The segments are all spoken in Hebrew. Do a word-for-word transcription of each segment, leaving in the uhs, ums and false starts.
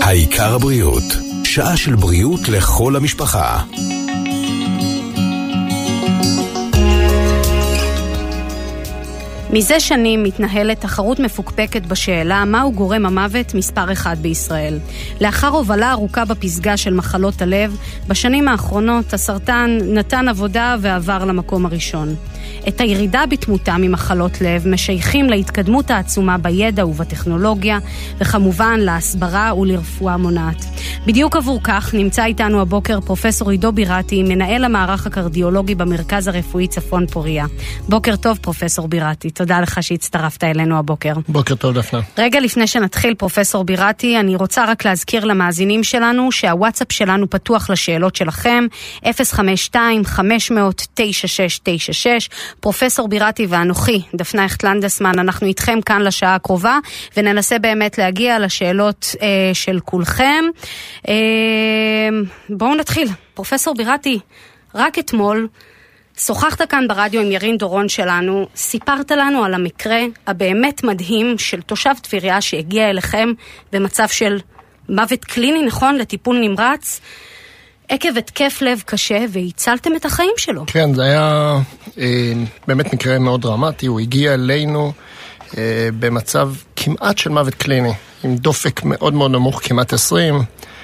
העיקר הבריאות, שעה של בריאות לכל המשפחה. מזה שנים מתנהלת תחרות מפוקפקת בשאלה מהו גורם המוות מספר אחד בישראל. לאחר הובלה ארוכה בפסגה של מחלות הלב, בשנים האחרונות הסרטן נתן עבודה ועבר למקום הראשון. את הירידה בתמותה ממחלות לב משייכים להתקדמות העצומה בידע ובטכנולוגיה, וכמובן להסברה ולרפואה מונעת. בדיוק עבור כך נמצא איתנו הבוקר פרופסור עידו בירתי, מנהל המערך הקרדיולוגי במרכז הרפואי צפון פוריה. בוקר טוב פרופסור בירתי, תודה לך שהצטרפת אלינו הבוקר. בוקר טוב דפנה. רגע לפני שנתחיל פרופסור בירתי, אני רוצה רק להזכיר למאזינים שלנו שהוואטסאפ שלנו פתוח לשאלות שלכם, אפס חמש שתיים חמש אפס אפס תשע שש תשע שש. פרופסור בירתי ואנוכי, דפנה הכט-לנדסמן, אנחנו איתכם כאן לשעה הקרובה, וננסה באמת להגיע לשאלות אה, של כולכם. אה, בואו נתחיל. פרופסור בירתי, רק אתמול שוחחת כאן ברדיו עם ירין דורון שלנו, סיפרת לנו על המקרה הבאמת מדהים של תושב תפיריה שהגיע אליכם במצב של מוות קליני, נכון? לטיפול נמרץ, עקב התקף לב קשה, והצלתם את החיים שלו. כן, זה היה אה, באמת מקרה מאוד דרמטי. הוא הגיע אלינו אה, במצב כמעט של מוות קליני, עם דופק מאוד מאוד נמוך, כמעט עשרים,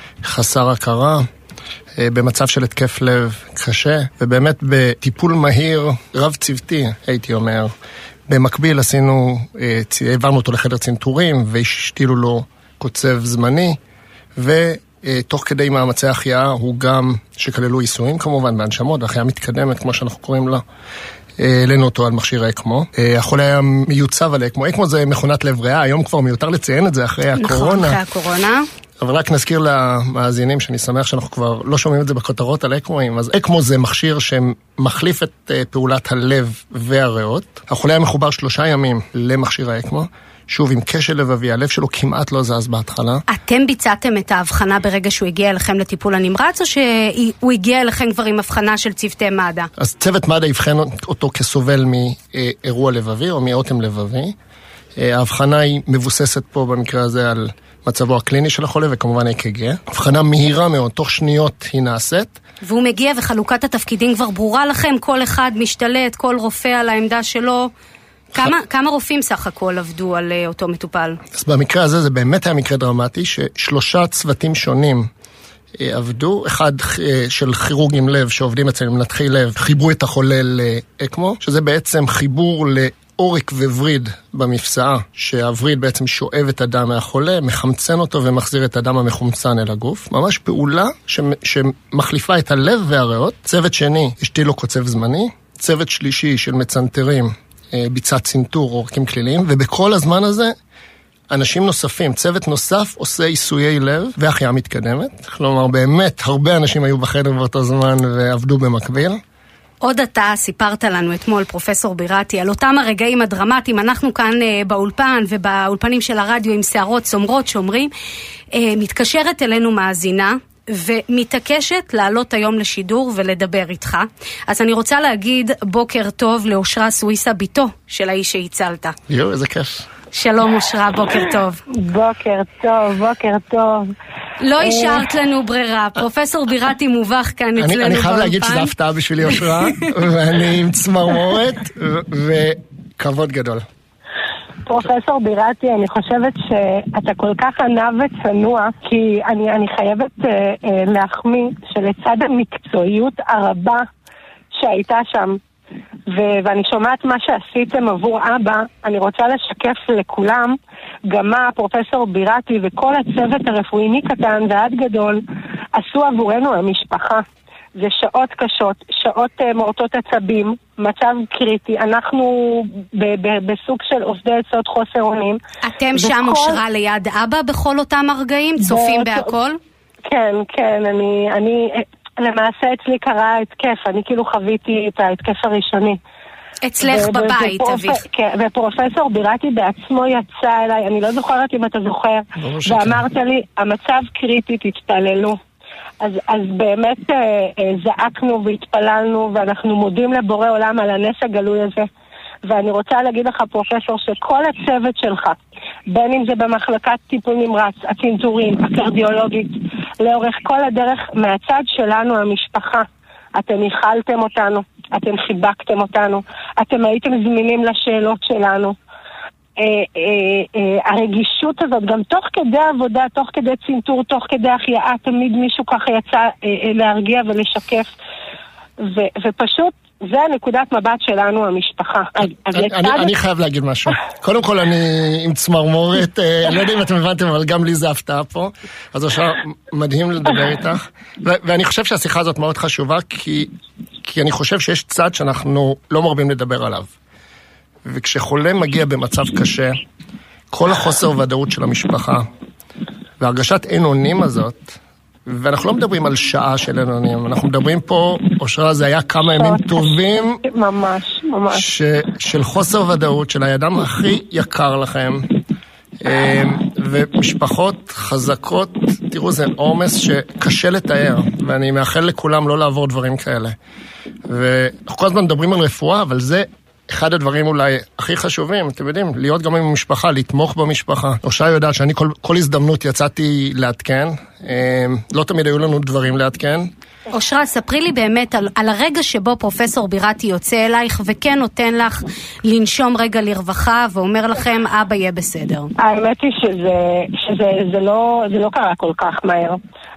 חסר הכרה, אה, במצב של התקף לב קשה, ובאמת בטיפול מהיר, רב צוותי, הייתי אומר. במקביל עשינו, אה, העברנו אותו לחדר צנתורים, והשתילו לו קוצב זמני, ו... תוך כדי מאמצי החייאה הוא גם שכללו ייסויים כמובן בהנשמות, והחייאה מתקדמת כמו שאנחנו קוראים לה, העלינו אותו על מכשיר אקמו. החולה היה מיוצב על אקמו. אקמו זה מכונת לב ריאה, היום כבר מיותר לציין את זה אחרי הקורונה. נכון, אחרי הקורונה. אבל רק נזכיר למאזינים שאני שמח שאנחנו כבר לא שומעים את זה בכותרות על אקמואים. אז אקמו זה מכשיר שמחליף את פעולת הלב והריאות. החולה היה מחובר שלושה ימים למכשיר האקמו. שוב, עם כשל לבבי, הלב שלו כמעט לא זז בהתחלה. אתם ביצעתם את ההבחנה ברגע שהוא הגיע אליכם לטיפול הנמרץ, או שהוא הגיע אליכם כבר עם הבחנה של צוותי מד"א? אז צוות מד"א יבחן אותו כסובל מאירוע לבבי או מאוטם לבבי. ההבחנה היא מבוססת פה במקרה הזה על מצבו הקליני של החולה, וכמובן אי קי גי. הבחנה מהירה מאוד, תוך שניות היא נעשית. והוא מגיע וחלוקת התפקידים כבר ברורה לכם, כל אחד משתלט, כל רופא על העמדה שלו. כמה, כמה רופאים סך הכל עבדו על uh, אותו מטופל? אז במקרה הזה זה באמת היה מקרה דרמטי, ששלושה צוותים שונים uh, עבדו, אחד uh, של כירורגים לב שעובדים אצלנו, מנתחי לב, חיברו את החולה לאקמו, שזה בעצם חיבור לעורק ווריד במפסעה, שהווריד בעצם שואב את הדם מהחולה, מחמצן אותו ומחזיר את הדם המחומצן אל הגוף, ממש פעולה ש... שמחליפה את הלב והריאות. צוות שני השתיל לו קוצב זמני, צוות שלישי של מצנתרים, ביצע צנתור עורקים כליליים, ובכל הזמן הזה אנשים נוספים, צוות נוסף עושה עיסויי לב והחייאה מתקדמת. כלומר, באמת הרבה אנשים היו בחדר באותו זמן ועבדו במקביל. עוד אתה סיפרת לנו אתמול, פרופסור בירתי, על אותם הרגעים הדרמטיים. אנחנו כאן באולפן ובאולפנים של הרדיו עם שערות סומרות שאומרים, מתקשרת אלינו מאזינה ומתעקשת לעלות היום לשידור ולדבר איתך. אז אני רוצה להגיד בוקר טוב לאושרה סוויסה, ביתו של האיש שהצלת. יו, איזה כיף. שלום אושרה, בוקר טוב. בוקר טוב, בוקר טוב. לא השארת לנו ברירה, פרופסור בירתי מובך כאן אצלנו באולפן. אני חייב להגיד שזה הפתעה בשבילי אושרה, ואני עם צמרמורת וכבוד גדול. פרופסור בירתי, אני חושבת שאתה כל כך ענב וצנוע, כי אני, אני חייבת אה, אה, להחמיא שלצד המקצועיות הרבה שהייתה שם, ו- ואני שומעת מה שעשיתם עבור אבא, אני רוצה לשקף לכולם, גם מה פרופסור בירתי וכל הצוות הרפואי מקטן ועד גדול עשו עבורנו המשפחה. זה שעות קשות, שעות uh, מורטות עצבים, מצב קריטי. אנחנו ב- ב- בסוג של עובדי עצות חוסר אונים. אתם שם אושרה ליד אבא בכל אותם הרגעים? צופים בהכל? כן, כן. אני, אני, למעשה אצלי קרה התקף. אני כאילו חוויתי את ההתקף הראשוני. אצלך בבית, אביך. כן, ופרופסור בירתי בעצמו יצא אליי, אני לא זוכרת אם אתה זוכר, ואמרת לי, המצב קריטי, תתפללו. אז, אז באמת אה, אה, זעקנו והתפללנו, ואנחנו מודים לבורא עולם על הנס הגלוי הזה. ואני רוצה להגיד לך, פרופסור, שכל הצוות שלך, בין אם זה במחלקת טיפול נמרץ, הצנתורים, הקרדיולוגית, לאורך כל הדרך מהצד שלנו, המשפחה, אתם ניחלתם אותנו, אתם חיבקתם אותנו, אתם הייתם זמינים לשאלות שלנו. אה, אה, אה, הרגישות הזאת, גם תוך כדי עבודה, תוך כדי צנתור, תוך כדי החייאה, תמיד מישהו ככה יצא אה, אה, להרגיע ולשקף, ו, ופשוט זה נקודת מבט שלנו, המשפחה. אני חייב להגיד משהו. קודם כל, אני עם צמרמורת, אני לא יודע אם אתם הבנתם, אבל גם לי זה הפתעה פה. אז עכשיו מדהים לדבר איתך. ואני חושב שהשיחה הזאת מאוד חשובה, כי אני חושב שיש צד שאנחנו לא מרבים לדבר עליו. וכשחולה מגיע במצב קשה, כל החוסר ודאות של המשפחה, והרגשת אין אונים הזאת, ואנחנו לא מדברים על שעה של אנונים, אנחנו מדברים פה, אושרה, זה היה כמה ימים טובים, ממש, ממש. ש, של חוסר ודאות, של הידם הכי יקר לכם, ומשפחות חזקות, תראו, זה עומס שקשה לתאר, ואני מאחל לכולם לא לעבור דברים כאלה. ואנחנו כל הזמן מדברים על רפואה, אבל זה אחד הדברים אולי הכי חשובים, אתם יודעים, להיות גם עם המשפחה, לתמוך במשפחה. אושרה יודעת שאני כל, כל הזדמנות יצאתי לעדכן, לא תמיד היו לנו דברים לעדכן. אושרה, ספרי לי באמת על, על הרגע שבו פרופסור בירתי יוצא אלייך וכן נותן לך לנשום רגע לרווחה ואומר לכם, אבא יהיה בסדר. האמת היא שזה, שזה זה לא, זה לא קרה כל כך מהר.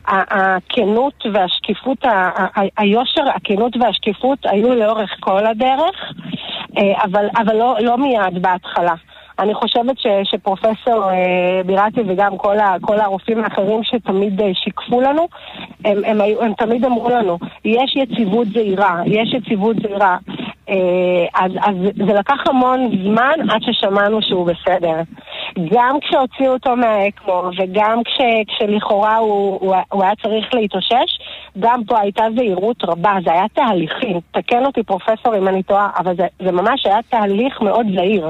הכנות והשקיפות, היושר, הכנות והשקיפות היו לאורך כל הדרך, אבל, אבל לא, לא מיד בהתחלה. אני חושבת ש, שפרופסור אה, בירתי וגם כל, ה, כל הרופאים האחרים שתמיד אה, שיקפו לנו, הם, הם, הם, הם תמיד אמרו לנו, יש יציבות זהירה, יש יציבות זהירה. אה, אז, אז זה לקח המון זמן עד ששמענו שהוא בסדר. גם כשהוציאו אותו מהאקמו וגם כש, כשלכאורה הוא, הוא, הוא היה צריך להתאושש, גם פה הייתה זהירות רבה, זה היה תהליכים. תקן אותי פרופסור אם אני טועה, אבל זה, זה ממש היה תהליך מאוד זהיר.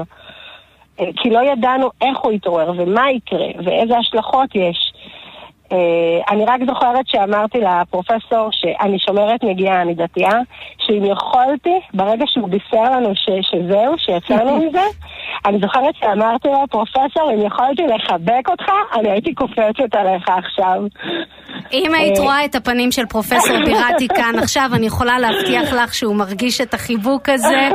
כי לא ידענו איך הוא יתעורר ומה יקרה ואיזה השלכות יש. אני רק זוכרת שאמרתי לפרופסור שאני שומרת נגיעה, אני דתייה, שאם יכולתי, ברגע שהוא בישר לנו ש- שזהו, שיצאנו מזה, אני זוכרת שאמרתי לו, פרופסור, אם יכולתי לחבק אותך, אני הייתי קופצת עליך עכשיו. אם היית רואה את הפנים של פרופסור בירתי כאן עכשיו, אני יכולה להבטיח לך שהוא מרגיש את החיבוק הזה,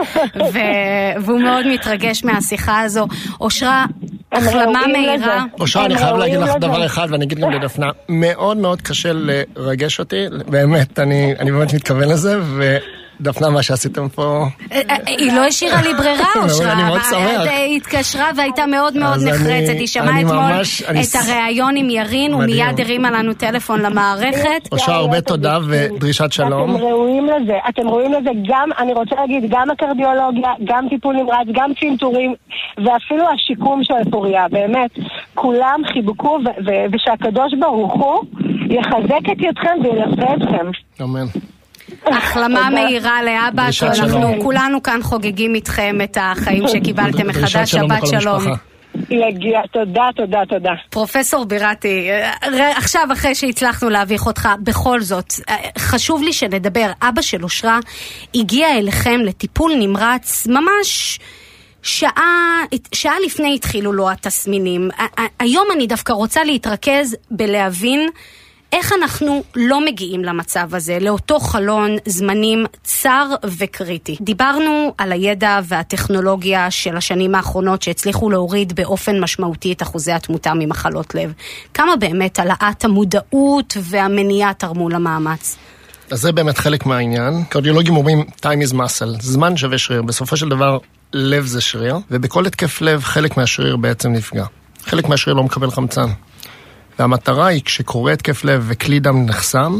ו- והוא מאוד מתרגש מהשיחה הזו. אושרה, החלמה מהירה. אושרה, אני חייב להגיד לך דבר אחד, ואני אגיד גם לדפנה, מאוד מאוד קשה לרגש אותי, באמת, אני באמת מתכוון לזה, ודפנה, מה שעשיתם פה... היא לא השאירה לי ברירה, אושרה. אני מאוד שמח. היא התקשרה והייתה מאוד מאוד נחרצת, היא שמעה אתמול את הראיון עם ירין, ומיד הרימה לנו טלפון למערכת. אושרה, הרבה תודה ודרישת שלום. אתם ראויים לזה, אתם ראויים לזה גם, אני רוצה להגיד, גם הקרדיולוגיה, גם טיפול נמרץ, גם צנתורים, ואפילו השיקום של הפוריה, באמת, כולם חיבקו, ושהקדוש ברוך הוא יחזק את ידכם וילווה אתכם. אמן. החלמה מהירה לאבא, אנחנו כולנו כאן חוגגים איתכם את החיים שקיבלתם מחדש. שבת שלום. יגיע, תודה, תודה, תודה. פרופסור בירתי, עכשיו אחרי שהצלחנו להביך אותך, בכל זאת, חשוב לי שנדבר. אבא של אושרה הגיע אליכם לטיפול נמרץ ממש... שעה, שעה לפני התחילו לו התסמינים. היום אני דווקא רוצה להתרכז בלהבין איך אנחנו לא מגיעים למצב הזה, לאותו חלון זמנים צר וקריטי. דיברנו על הידע והטכנולוגיה של השנים האחרונות שהצליחו להוריד באופן משמעותי את אחוזי התמותה ממחלות לב. כמה באמת העלאת המודעות והמניעה תרמו למאמץ? אז זה באמת חלק מהעניין. קרדיולוגים אומרים time is muscle, זמן שווה שריר. בסופו של דבר לב זה שריר, ובכל התקף לב חלק מהשריר בעצם נפגע. חלק מהשריר לא מקבל חמצן. והמטרה היא כשקורה התקף לב וכלי דם נחסם,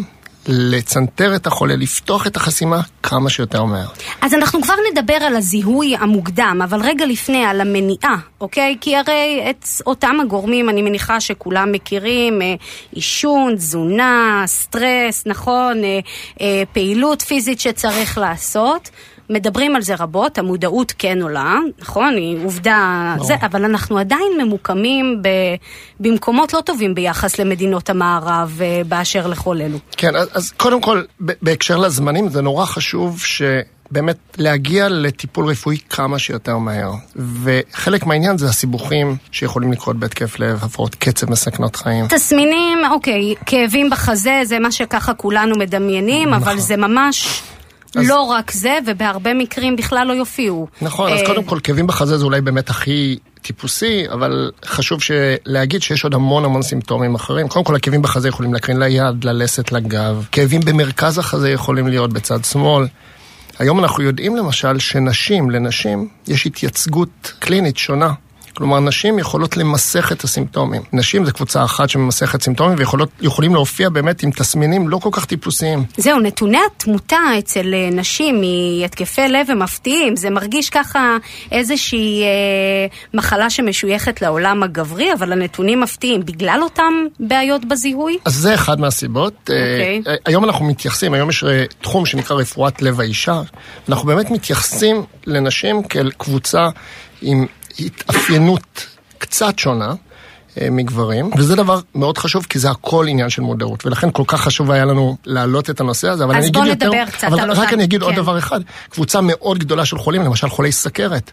לצנתר את החולה, לפתוח את החסימה כמה שיותר מהר. אז אנחנו כבר נדבר על הזיהוי המוקדם, אבל רגע לפני על המניעה, אוקיי? כי הרי את אותם הגורמים אני מניחה שכולם מכירים, עישון, תזונה, סטרס, נכון, פעילות פיזית שצריך לעשות. מדברים על זה רבות, המודעות כן עולה, נכון, היא עובדה, זה, אבל אנחנו עדיין ממוקמים ב, במקומות לא טובים ביחס למדינות המערב באשר לכל אלו. כן, אז, אז קודם כל, בהקשר לזמנים, זה נורא חשוב ש... באמת להגיע לטיפול רפואי כמה שיותר מהר. וחלק מהעניין זה הסיבוכים שיכולים לקרות בהתקף לב, הפרעות קצב מסכנות חיים. תסמינים, אוקיי, כאבים בחזה, זה מה שככה כולנו מדמיינים, נכון. אבל זה ממש... אז... לא רק זה, ובהרבה מקרים בכלל לא יופיעו. נכון, אז קודם כל, כאבים בחזה זה אולי באמת הכי טיפוסי, אבל חשוב להגיד שיש עוד המון המון סימפטומים אחרים. קודם כל, הכאבים בחזה יכולים להקרין ליד, ללסת לגב. כאבים במרכז החזה יכולים להיות בצד שמאל. היום אנחנו יודעים למשל שנשים, לנשים, יש התייצגות קלינית שונה. כלומר, נשים יכולות למסך את הסימפטומים. נשים זה קבוצה אחת שממסכת סימפטומים, ויכולים להופיע באמת עם תסמינים לא כל כך טיפוסיים. זהו, נתוני התמותה אצל נשים מהתקפי לב הם מפתיעים. זה מרגיש ככה איזושהי אה, מחלה שמשויכת לעולם הגברי, אבל הנתונים מפתיעים בגלל אותם בעיות בזיהוי? אז זה אחד מהסיבות. Okay. אה, היום אנחנו מתייחסים, היום יש תחום שנקרא רפואת לב האישה. אנחנו באמת מתייחסים לנשים כאל קבוצה עם התאפיינות קצת שונה אה, מגברים, וזה דבר מאוד חשוב, כי זה הכל עניין של מודעות, ולכן כל כך חשוב היה לנו להעלות את הנושא הזה, אבל אז אני בוא אגיד נדבר יותר, קצת אבל על רק אותה, אני אגיד כן. עוד דבר אחד, קבוצה מאוד גדולה של חולים, למשל חולי סכרת,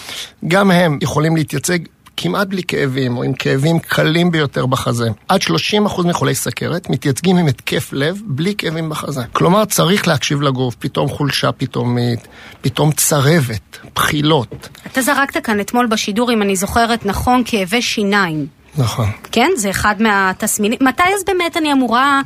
גם הם יכולים להתייצג כמעט בלי כאבים, או עם כאבים קלים ביותר בחזה. עד שלושים אחוז מחולי סכרת מתייצגים עם התקף לב בלי כאבים בחזה. כלומר, צריך להקשיב לגוף, פתאום חולשה פתאומית, פתאום צרבת, בחילות. אתה זרקת כאן אתמול בשידור, אם אני זוכרת נכון, כאבי שיניים. נכון. כן, זה אחד מהתסמינים. מתי אז באמת אני אמורה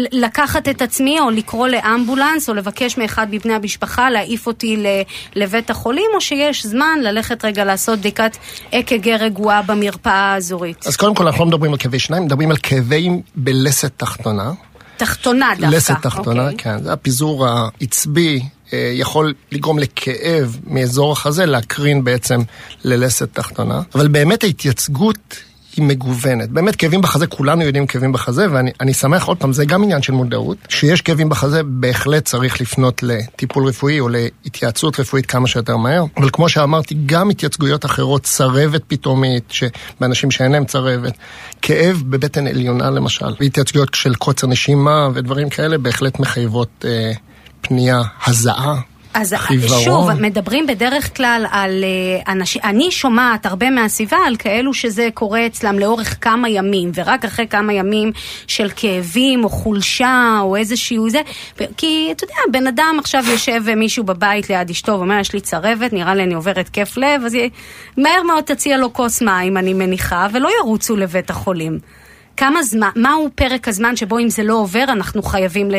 לקחת את עצמי, או לקרוא לאמבולנס, או לבקש מאחד מבני המשפחה להעיף אותי לבית החולים, או שיש זמן ללכת רגע לעשות בדיקת אק"ג רגועה במרפאה האזורית? אז קודם כל אנחנו לא מדברים על כאבי שיניים, מדברים על כאבים בלסת תחתונה. תחתונה דווקא. לסת תחתונה, okay. כן. זה הפיזור העצבי, יכול לגרום לכאב מאזור החזה, להקרין בעצם ללסת תחתונה. אבל באמת ההתייצגות היא מגוונת. באמת כאבים בחזה, כולנו יודעים כאבים בחזה, ואני אני שמח עוד פעם, זה גם עניין של מודעות, שיש כאבים בחזה, בהחלט צריך לפנות לטיפול רפואי או להתייעצות רפואית כמה שיותר מהר. אבל כמו שאמרתי, גם התייצגויות אחרות, צרבת פתאומית, באנשים שאין להם צרבת, כאב בבטן עליונה למשל, והתייצגויות של קוצר נשימה ודברים כאלה, בהחלט מחייבות אה, פנייה, הזעה. אז חיוורון. שוב, מדברים בדרך כלל על אנשים, אני שומעת הרבה מהסביבה על כאלו שזה קורה אצלם לאורך כמה ימים, ורק אחרי כמה ימים של כאבים או חולשה או איזשהו זה, כי אתה יודע, בן אדם עכשיו יושב מישהו בבית ליד אשתו ואומר, יש לי צרבת, נראה לי אני עוברת כיף לב, אז מהר מאוד תציע לו כוס מים, אני מניחה, ולא ירוצו לבית החולים. כמה זמן, מהו פרק הזמן שבו אם זה לא עובר, אנחנו חייבים ל-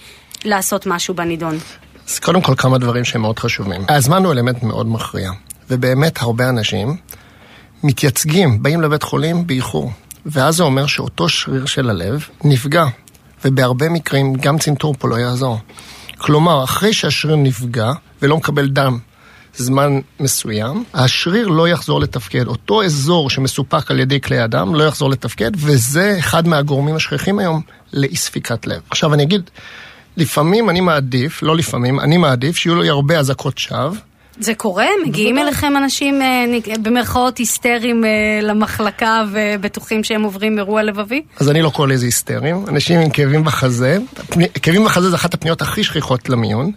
לעשות משהו בנידון? אז קודם כל כמה דברים שהם מאוד חשובים. הזמן הוא אלמנט מאוד מכריע, ובאמת הרבה אנשים מתייצגים, באים לבית חולים באיחור, ואז זה אומר שאותו שריר של הלב נפגע, ובהרבה מקרים גם צנתור פה לא יעזור. כלומר, אחרי שהשריר נפגע ולא מקבל דם זמן מסוים, השריר לא יחזור לתפקד. אותו אזור שמסופק על ידי כלי הדם לא יחזור לתפקד, וזה אחד מהגורמים השכיחים היום לאי ספיקת לב. עכשיו אני אגיד, לפעמים אני מעדיף, לא לפעמים, אני מעדיף שיהיו לי הרבה אזעקות שווא. זה קורה? מגיעים אליכם אנשים במרכאות היסטריים למחלקה ובטוחים שהם עוברים אירוע לבבי? אז אני לא קורא לזה היסטריים. אנשים עם כאבים בחזה. כאבים בחזה זה אחת הפניות הכי שכיחות למיון,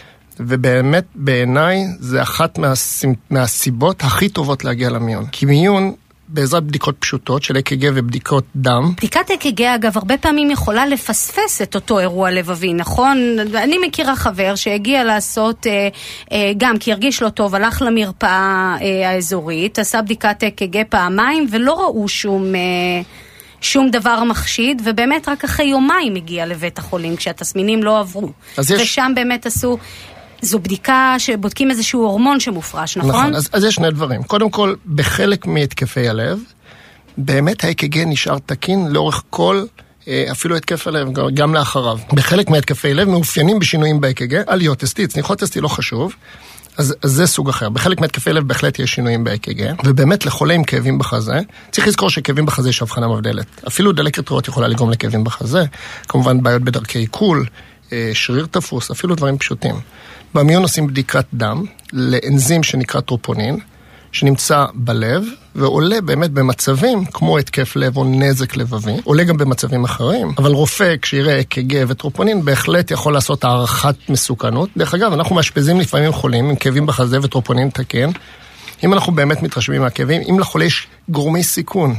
ובאמת בעיניי זה אחת מהסיבות הכי טובות להגיע למיון. כי מיון בעזרת בדיקות פשוטות של אק"ג ובדיקות דם. בדיקת אק"ג, אגב, הרבה פעמים יכולה לפספס את אותו אירוע לבבי, נכון? אני מכירה חבר שהגיע לעשות, אה, אה, גם כי הרגיש לא טוב, הלך למרפאה אה, האזורית, עשה בדיקת אק"ג פעמיים, ולא ראו שום... אה, שום דבר מחשיד, ובאמת רק אחרי יומיים הגיע לבית החולים, כשהתסמינים לא עברו. ושם באמת עשו... זו בדיקה שבודקים איזשהו הורמון שמופרש, נכון? נכון, אז, אז יש שני דברים. קודם כל, בחלק מהתקפי הלב, באמת ה-אק"ג נשאר תקין לאורך כל, אפילו התקף הלב, גם לאחריו. בחלק מהתקפי לב מאופיינים בשינויים ב-אק"ג, עליות אסטי, צניחות אסטי לא חשוב, אז, אז זה סוג אחר. בחלק מהתקפי לב בהחלט יש שינויים ב-אק"ג, ובאמת לחולה עם כאבים בחזה, צריך לזכור שכאבים בחזה יש הבחנה מבדלת. אפילו דלקת ריאות יכולה לגרום לכאבים בחזה, כמובן בעיות בדרכי עיכול, שריר תפוס, אפילו דברים פשוטים. במיון עושים בדיקת דם לאנזים שנקרא טרופונין, שנמצא בלב, ועולה באמת במצבים כמו התקף לב או נזק לבבי, עולה גם במצבים אחרים, אבל רופא כשיראה אק"ג וטרופונין בהחלט יכול לעשות הערכת מסוכנות. דרך אגב, אנחנו מאשפזים לפעמים חולים עם כאבים בחזה וטרופונין תקן, אם אנחנו באמת מתרשמים מהכאבים, אם לחולה יש גורמי סיכון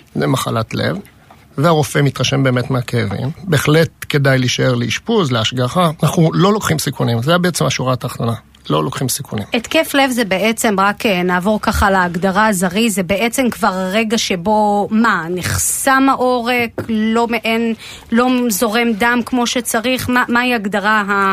למחלת לב, והרופא מתרשם באמת מהכאבים, בהחלט כדאי להישאר לאשפוז, להשגחה, אנחנו לא לוקחים סיכונים, זה בעצם השורה התחתונה. לא לוקחים סיכונים. התקף לב זה בעצם, רק נעבור ככה להגדרה הזרי, זה בעצם כבר הרגע שבו, מה, נחסם העורק, לא מעין, לא זורם דם כמו שצריך, מה, מהי הגדרה ה...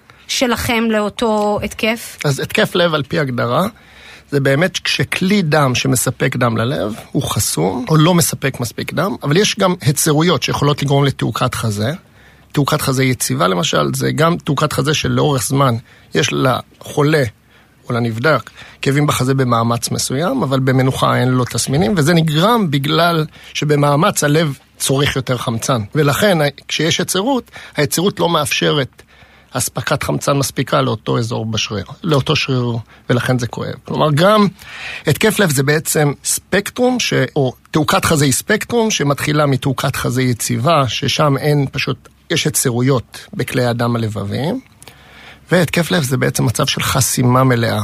שלכם לאותו התקף? אז התקף לב על פי הגדרה, זה באמת כשכלי דם שמספק דם ללב, הוא חסום, או לא מספק מספיק דם, אבל יש גם הצרויות שיכולות לגרום לתעוקת חזה, תעוקת חזה יציבה למשל, זה גם תעוקת חזה של לאורך זמן, יש לחולה או לנבדק כאבים בחזה במאמץ מסוים, אבל במנוחה אין לו תסמינים, וזה נגרם בגלל שבמאמץ הלב צורך יותר חמצן. ולכן כשיש יצירות, היצירות לא מאפשרת הספקת חמצן מספיקה לאותו אזור בשריר, לאותו שריר, ולכן זה כואב. כלומר, גם התקף לב זה בעצם ספקטרום, ש... או תעוקת חזה היא ספקטרום, שמתחילה מתעוקת חזה יציבה, ששם אין פשוט, יש יצירויות בכלי הדם הלבביים, והתקף לב זה בעצם מצב של חסימה מלאה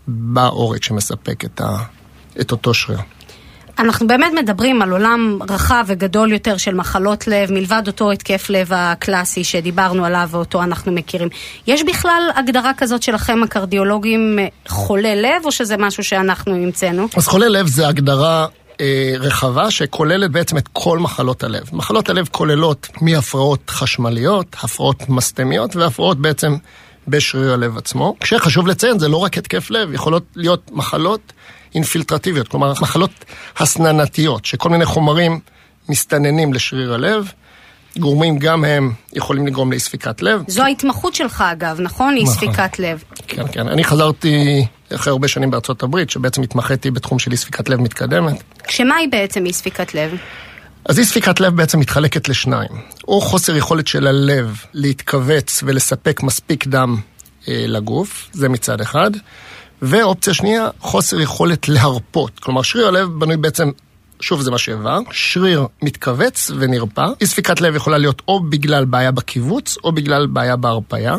בעורק שמספק את, ה... את אותו שריר. אנחנו באמת מדברים על עולם רחב וגדול יותר של מחלות לב, מלבד אותו התקף לב הקלאסי שדיברנו עליו ואותו אנחנו מכירים. יש בכלל הגדרה כזאת שלכם הקרדיולוגים חולה לב, או שזה משהו שאנחנו המצאנו? אז חולה לב זה הגדרה אה, רחבה שכוללת בעצם את כל מחלות הלב. מחלות הלב כוללות מהפרעות חשמליות, הפרעות מסתמיות והפרעות בעצם בשריר הלב עצמו. כשחשוב לציין, זה לא רק התקף לב, יכולות להיות מחלות אינפילטרטיביות, כלומר מחלות הסננתיות, שכל מיני חומרים מסתננים לשריר הלב, גורמים גם הם יכולים לגרום לאי ספיקת לב. זו ההתמחות שלך אגב, נכון? אי ספיקת לב. כן, כן. אני חזרתי אחרי הרבה שנים בארצות הברית, שבעצם התמחיתי בתחום של אי ספיקת לב מתקדמת. כשמה היא בעצם אי ספיקת לב? אז אי ספיקת לב בעצם מתחלקת לשניים. או חוסר יכולת של הלב להתכווץ ולספק מספיק דם אה, לגוף, זה מצד אחד. ואופציה שנייה, חוסר יכולת להרפות. כלומר, שריר הלב בנוי בעצם, שוב זה מה שהבא, שריר מתכווץ ונרפא. אי ספיקת לב יכולה להיות או בגלל בעיה בקיבוץ, או בגלל בעיה בהרפאיה.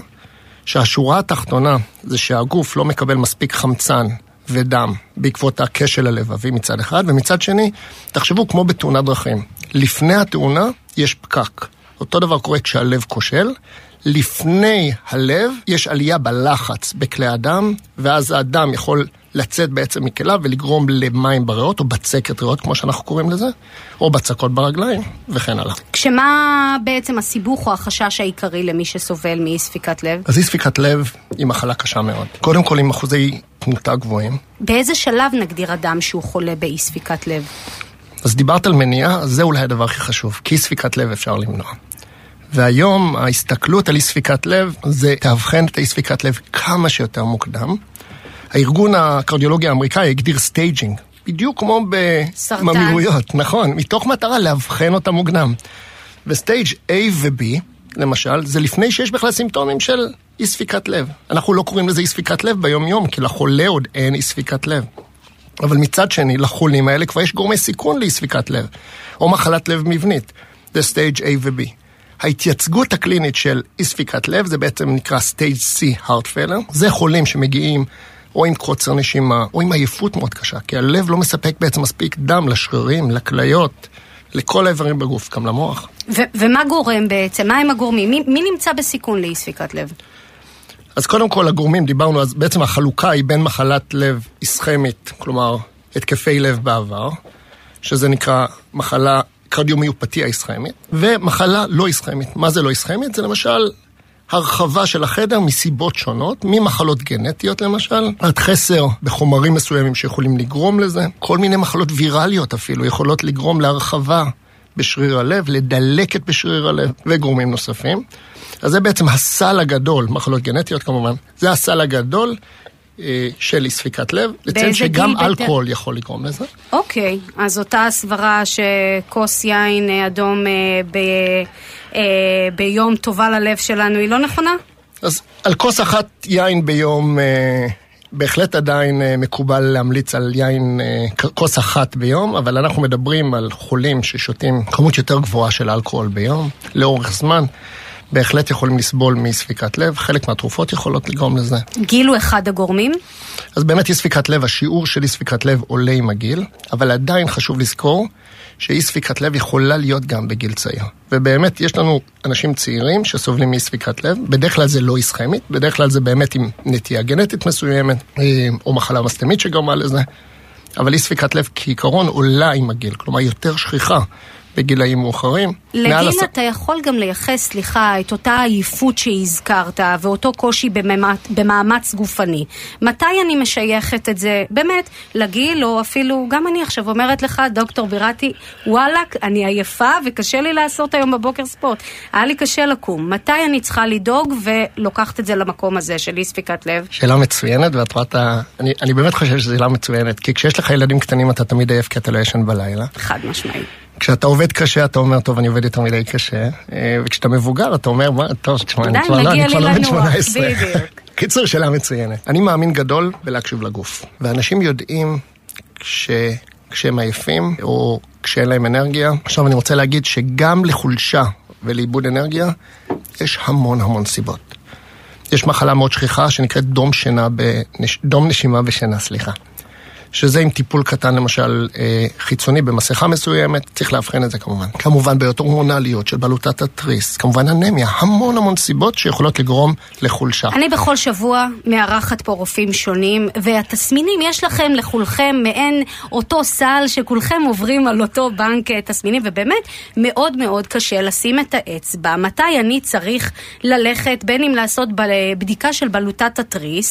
שהשורה התחתונה זה שהגוף לא מקבל מספיק חמצן ודם בעקבות הכשל הלבבי מצד אחד, ומצד שני, תחשבו כמו בתאונת דרכים. לפני התאונה יש פקק. אותו דבר קורה כשהלב כושל. לפני הלב יש עלייה בלחץ בכלי הדם, ואז האדם יכול לצאת בעצם מכליו ולגרום למים בריאות, או בצקת ריאות, כמו שאנחנו קוראים לזה, או בצקות ברגליים, וכן הלאה. כשמה בעצם הסיבוך או החשש העיקרי למי שסובל מאי ספיקת לב? אז אי ספיקת לב היא מחלה קשה מאוד. קודם כל עם אחוזי תמותה גבוהים. באיזה שלב נגדיר אדם שהוא חולה באי ספיקת לב? אז דיברת על מניעה, זה אולי הדבר הכי חשוב, כי אי ספיקת לב אפשר למנוע. והיום ההסתכלות על אי ספיקת לב זה תאבחן את האי ספיקת לב כמה שיותר מוקדם. הארגון הקרדיולוגי האמריקאי הגדיר סטייג'ינג, בדיוק כמו בממירויות, נכון, מתוך מטרה להבחן אותה מוקדם. וסטייג' A ו-B, למשל, זה לפני שיש בכלל סימפטומים של אי ספיקת לב. אנחנו לא קוראים לזה אי ספיקת לב ביום יום, כי לחולה עוד אין אי ספיקת לב. אבל מצד שני, לחולים האלה כבר יש גורמי סיכון לאי ספיקת לב, או מחלת לב מבנית, זה סטייג' A ו-B. ההתייצגות הקלינית של אי ספיקת לב, זה בעצם נקרא סטייג' C, heart failure. זה חולים שמגיעים או עם קוצר נשימה, או עם עייפות מאוד קשה, כי הלב לא מספק בעצם מספיק דם לשרירים, לכליות, לכל האיברים בגוף, גם למוח. ו- ומה גורם בעצם? מה הם הגורמים? מי, מי נמצא בסיכון לאי ספיקת לב? אז קודם כל הגורמים, דיברנו, אז בעצם החלוקה היא בין מחלת לב איסכמית, כלומר התקפי לב בעבר, שזה נקרא מחלה קרדיומיופתיה איסכמית, ומחלה לא איסכמית. מה זה לא איסכמית? זה למשל הרחבה של החדר מסיבות שונות, ממחלות גנטיות למשל, עד חסר בחומרים מסוימים שיכולים לגרום לזה, כל מיני מחלות וירליות אפילו יכולות לגרום להרחבה בשריר הלב, לדלקת בשריר הלב וגורמים נוספים. אז זה בעצם הסל הגדול, מחלות גנטיות כמובן, זה הסל הגדול של אי ספיקת לב, לציין שגם אלכוהול בת... יכול לגרום לזה. אוקיי, אז אותה הסברה שכוס יין אדום ב... ביום טובה ללב שלנו היא לא נכונה? אז על כוס אחת יין ביום בהחלט עדיין מקובל להמליץ על יין כוס אחת ביום, אבל אנחנו מדברים על חולים ששותים כמות יותר גבוהה של אלכוהול ביום, לאורך זמן, בהחלט יכולים לסבול מספיקת לב, חלק מהתרופות יכולות לגרום לזה. גיל הוא אחד הגורמים? אז באמת יש ספיקת לב, השיעור של אי ספיקת לב עולה עם הגיל, אבל עדיין חשוב לזכור שאי ספיקת לב יכולה להיות גם בגיל צעיר. ובאמת יש לנו אנשים צעירים שסובלים מאי ספיקת לב, בדרך כלל זה לא איסכמית, בדרך כלל זה באמת עם נטייה גנטית מסוימת, או מחלה מסתמית שגרמה לזה, אבל אי ספיקת לב כעיקרון עולה עם הגיל, כלומר יותר שכיחה בגילאים מאוחרים. לגיל הס... אתה יכול גם לייחס, סליחה, את אותה עייפות שהזכרת, ואותו קושי במאמץ, במאמץ גופני. מתי אני משייכת את זה? באמת, לגיל, או אפילו, גם אני עכשיו אומרת לך, דוקטור בירתי, וואלק, אני עייפה וקשה לי לעשות היום בבוקר ספורט. היה לי קשה לקום. מתי אני צריכה לדאוג ולוקחת את זה למקום הזה של אי ספיקת לב? שאלה מצוינת, ואת רואה, אני, אני באמת חושב שזו שאלה מצוינת, כי כשיש לך ילדים קטנים אתה תמיד עייף כי אתה לא ישן בלילה. חד משמעי. כשאתה עובד קשה, אתה אומר, טוב, אני עובד יותר מדי קשה, וכשאתה מבוגר, אתה אומר, מה, טוב, תשמע, אני כבר לא, אני כבר לא בן שמונה עשרה. קיצור, שאלה מצוינת. אני מאמין גדול בלהקשיב לגוף, ואנשים יודעים כשהם עייפים, או כשאין להם אנרגיה. עכשיו אני רוצה להגיד שגם לחולשה ולאיבוד אנרגיה, יש המון המון סיבות. יש מחלה מאוד שכיחה שנקראת דום שינה, דום נשימה ושינה, סליחה. שזה עם טיפול קטן למשל חיצוני במסכה מסוימת, צריך להבחין את זה כמובן. כמובן בעיות הורמונליות של בלוטת התריס, כמובן אנמיה, המון המון סיבות שיכולות לגרום לחולשה. אני בכל שבוע מערכת פה רופאים שונים, והתסמינים יש לכם לכולכם מעין אותו סל שכולכם עוברים על אותו בנק תסמינים, ובאמת מאוד מאוד קשה לשים את האצבע. מתי אני צריך ללכת, בין אם לעשות בדיקה של בלוטת התריס,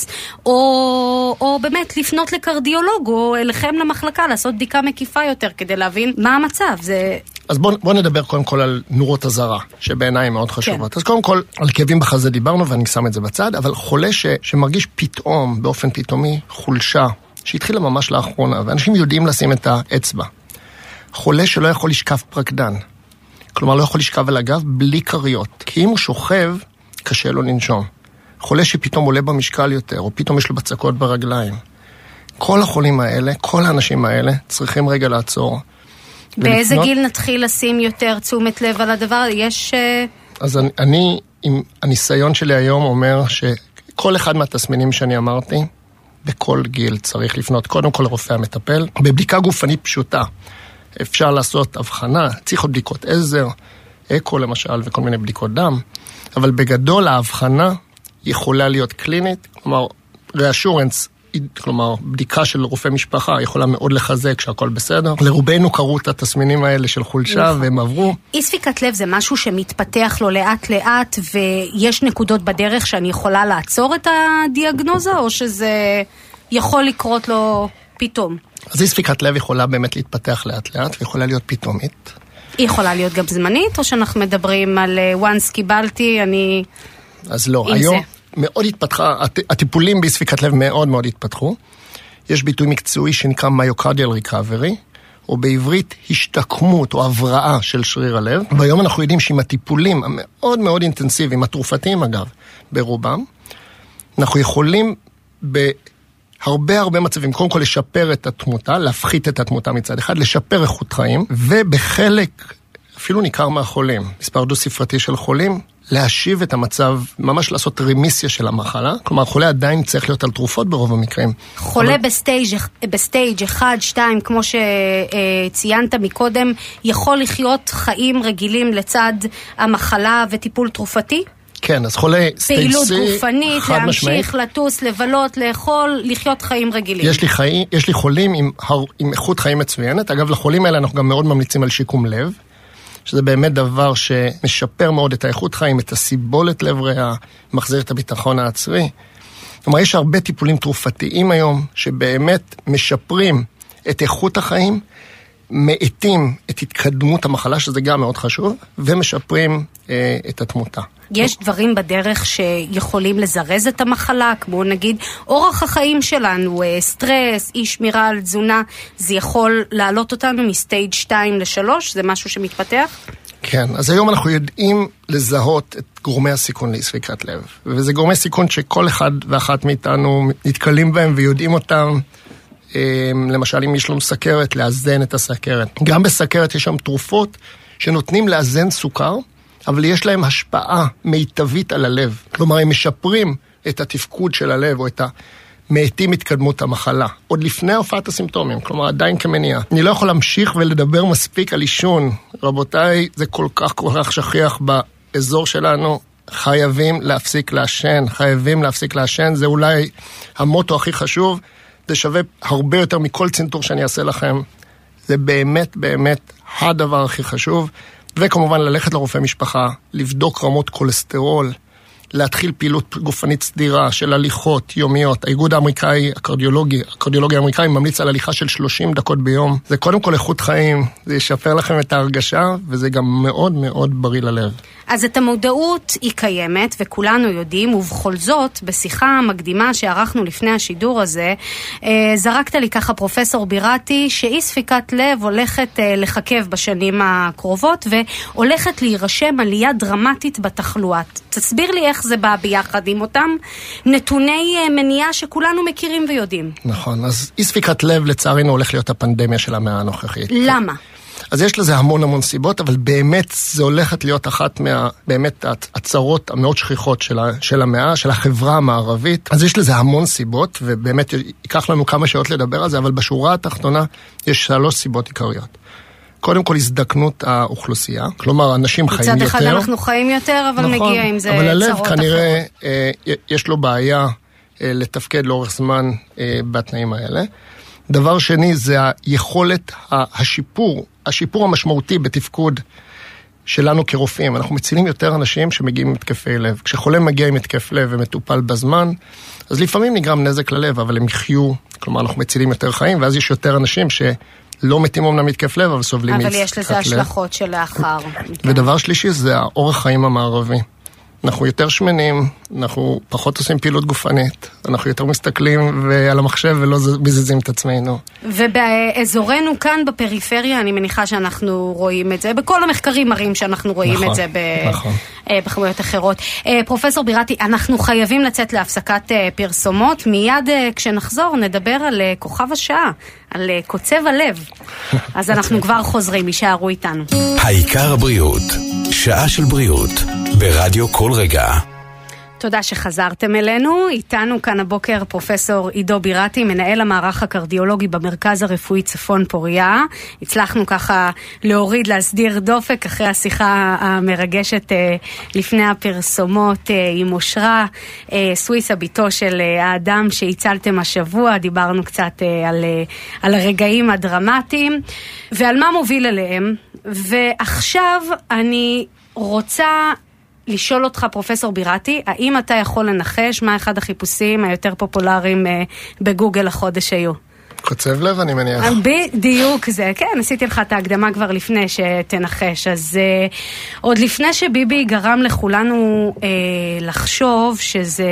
או, או באמת לפנות לקרדיולוג, או אליכם למחלקה, לעשות בדיקה מקיפה יותר, כדי להבין מה המצב. זה... אז בואו בוא נדבר קודם כל על נורות הזרה, שבעיניי מאוד חשובות. כן. אז קודם כל, על כאבים בחזה דיברנו, ואני שם את זה בצד, אבל חולה ש, שמרגיש פתאום, באופן פתאומי, חולשה, שהתחילה ממש לאחרונה, ואנשים יודעים לשים את האצבע. חולה שלא יכול לשכב פרקדן, כלומר לא יכול לשכב על הגב בלי קריות, כי אם הוא שוכב, קשה לו לנשום. חולה שפתאום עולה במשקל יותר, או פתאום יש לו בצקות ברגליים. כל החולים האלה, כל האנשים האלה, צריכים רגע לעצור. באיזה ולפנות... גיל נתחיל לשים יותר תשומת לב על הדבר? יש... אז אני, אני, עם הניסיון שלי היום אומר שכל אחד מהתסמינים שאני אמרתי, בכל גיל צריך לפנות קודם כל לרופא המטפל. בבדיקה גופנית פשוטה, אפשר לעשות הבחנה, צריך עוד בדיקות עזר, אקו למשל, וכל מיני בדיקות דם, אבל בגדול ההבחנה יכולה להיות קלינית, כלומר, reassurance, כלומר, בדיקה של רופא משפחה יכולה מאוד לחזק שהכל בסדר. לרובנו קראו את התסמינים האלה של חולשה והם עברו. אי ספיקת לב זה משהו שמתפתח לו לאט לאט, ויש נקודות בדרך שאני יכולה לעצור את הדיאגנוזה, או שזה יכול לקרות לו פתאום? אז אי ספיקת לב יכולה באמת להתפתח לאט לאט, ויכולה להיות פתאומית. היא יכולה להיות גם זמנית, או שאנחנו מדברים על once קיבלתי, אני... אז לא, היום... מאוד התפתחה, הטיפולים באי ספיקת לב מאוד מאוד התפתחו. יש ביטוי מקצועי שנקרא מיוקרדיאל ריקאברי, או בעברית השתקמות או הבראה של שריר הלב. והיום אנחנו יודעים שעם הטיפולים המאוד מאוד אינטנסיביים, התרופתיים אגב, ברובם, אנחנו יכולים בהרבה הרבה מצבים, קודם כל לשפר את התמותה, להפחית את התמותה מצד אחד, לשפר איכות חיים, ובחלק, אפילו ניכר מהחולים, מספר דו ספרתי של חולים, להשיב את המצב, ממש לעשות רמיסיה של המחלה. כלומר, חולה עדיין צריך להיות על תרופות ברוב המקרים. חולה אבל... בסטייג', בסטייג' אחד, שתיים, כמו שציינת מקודם, יכול לחיות חיים רגילים לצד המחלה וטיפול תרופתי? כן, אז חולה סטייג' פעילות גופנית, להמשיך, לטוס, לבלות, לאכול, לחיות חיים רגילים. יש לי, חיים, יש לי חולים עם, עם איכות חיים מצוינת. אגב, לחולים האלה אנחנו גם מאוד ממליצים על שיקום לב. שזה באמת דבר שמשפר מאוד את האיכות חיים, את הסיבולת לב ריאה, מחזיר את הביטחון העצמי. כלומר, יש הרבה טיפולים תרופתיים היום, שבאמת משפרים את איכות החיים, מאיטים את התקדמות המחלה, שזה גם מאוד חשוב, ומשפרים אה, את התמותה. יש דברים בדרך שיכולים לזרז את המחלה, כמו נגיד אורח החיים שלנו, סטרס, אי שמירה על תזונה, זה יכול לעלות אותנו מסטייג' שתיים לשלוש, זה משהו שמתפתח? כן, אז היום אנחנו יודעים לזהות את גורמי הסיכון לאי-ספיקת לב. וזה גורמי סיכון שכל אחד ואחת מאיתנו נתקלים בהם ויודעים אותם. למשל, אם יש לנו סכרת, לאזן את הסכרת. גם בסכרת יש שם תרופות שנותנים לאזן סוכר, אבל יש להם השפעה מיטבית על הלב. כלומר, הם משפרים את התפקוד של הלב או את המאטים התקדמות המחלה. עוד לפני הופעת הסימפטומים, כלומר, עדיין כמניעה. אני לא יכול להמשיך ולדבר מספיק על עישון. רבותיי, זה כל כך כל כך שכיח באזור שלנו. חייבים להפסיק לעשן, חייבים להפסיק לעשן. זה אולי המוטו הכי חשוב. זה שווה הרבה יותר מכל צנתור שאני אעשה לכם. זה באמת, באמת הדבר הכי חשוב. וכמובן ללכת לרופא משפחה, לבדוק רמות כולסטרול, להתחיל פעילות גופנית סדירה של הליכות יומיות. האיגוד האמריקאי, הקרדיולוגי, הקרדיולוגי האמריקאי ממליץ על הליכה של שלושים דקות ביום. זה קודם כל איכות חיים, זה ישפר לכם את ההרגשה, וזה גם מאוד מאוד בריא ללב. אז את המודעות היא קיימת, וכולנו יודעים, ובכל זאת, בשיחה מקדימה שערכנו לפני השידור הזה, זרקת לי ככה פרופסור בירתי, שאי ספיקת לב הולכת לחכב בשנים הקרובות, והולכת להירשם עלייה דרמטית בתחלואה. תסביר לי איך זה בא ביחד עם אותם נתוני מניעה שכולנו מכירים ויודעים. נכון, אז אי ספיקת לב לצערנו הולך להיות הפנדמיה של המאה הנוכחית. למה? אז יש לזה המון המון סיבות, אבל באמת זה הולכת להיות אחת מה, באמת הצרות המאוד שכיחות של, של המאה, של החברה המערבית. אז יש לזה המון סיבות, ובאמת ייקח לנו כמה שעות לדבר על זה, אבל בשורה התחתונה יש שלוש סיבות עיקריות. קודם כל, הזדקנות האוכלוסייה, כלומר, אנשים חיים יותר. מצד אחד אנחנו חיים יותר, אבל נכון, מגיע עם זה צרות אחרות. אבל הלב כנראה אה, יש לו בעיה אה, לתפקד לאורך זמן אה, בתנאים האלה. דבר שני, זה היכולת, השיפור, השיפור המשמעותי בתפקוד שלנו כרופאים. אנחנו מצילים יותר אנשים שמגיעים עם התקפי לב. כשחולה מגיע עם התקף לב ומטופל בזמן, אז לפעמים נגרם נזק ללב, אבל הם יחיו, כלומר, אנחנו מצילים יותר חיים, ואז יש יותר אנשים ש... לא מתים אומנם מתקף לב, אבל סובלים מתקף לב. אבל יש לזה השלכות שלאחר. ודבר שלישי זה האורח חיים המערבי. אנחנו יותר שמנים, אנחנו פחות עושים פעילות גופנית, אנחנו יותר מסתכלים על המחשב ולא מזיזים את עצמנו. ובאזורנו כאן בפריפריה, אני מניחה שאנחנו רואים את זה, בכל המחקרים מראים שאנחנו רואים נכון, את זה ב- נכון. בחבויות אחרות. פרופסור בירתי, אנחנו חייבים לצאת להפסקת פרסומות, מיד כשנחזור נדבר על כוכב השעה, על קוצב הלב. אז אנחנו כבר חוזרים, יישארו איתנו. העיקר הבריאות, שעה של בריאות, ברדיו כל רגע. תודה שחזרתם אלינו. איתנו כאן הבוקר פרופסור עידו בירתי, מנהל המערך הקרדיולוגי במרכז הרפואי צפון פוריה. הצלחנו ככה להוריד, להסדיר דופק אחרי השיחה המרגשת לפני הפרסומות עם אושרה סוויסה, ביתו של האדם שהצלתם השבוע. דיברנו קצת על, על הרגעים הדרמטיים ועל מה מוביל אליהם. ועכשיו אני רוצה לשאול אותך, פרופסור בירתי, האם אתה יכול לנחש מה אחד החיפושים היותר פופולריים בגוגל החודש היו? קוצב לב, אני מניח. בדיוק זה, כן, עשיתי לך את ההקדמה כבר לפני שתנחש. אז uh, עוד לפני שביבי גרם לכולנו uh, לחשוב שזה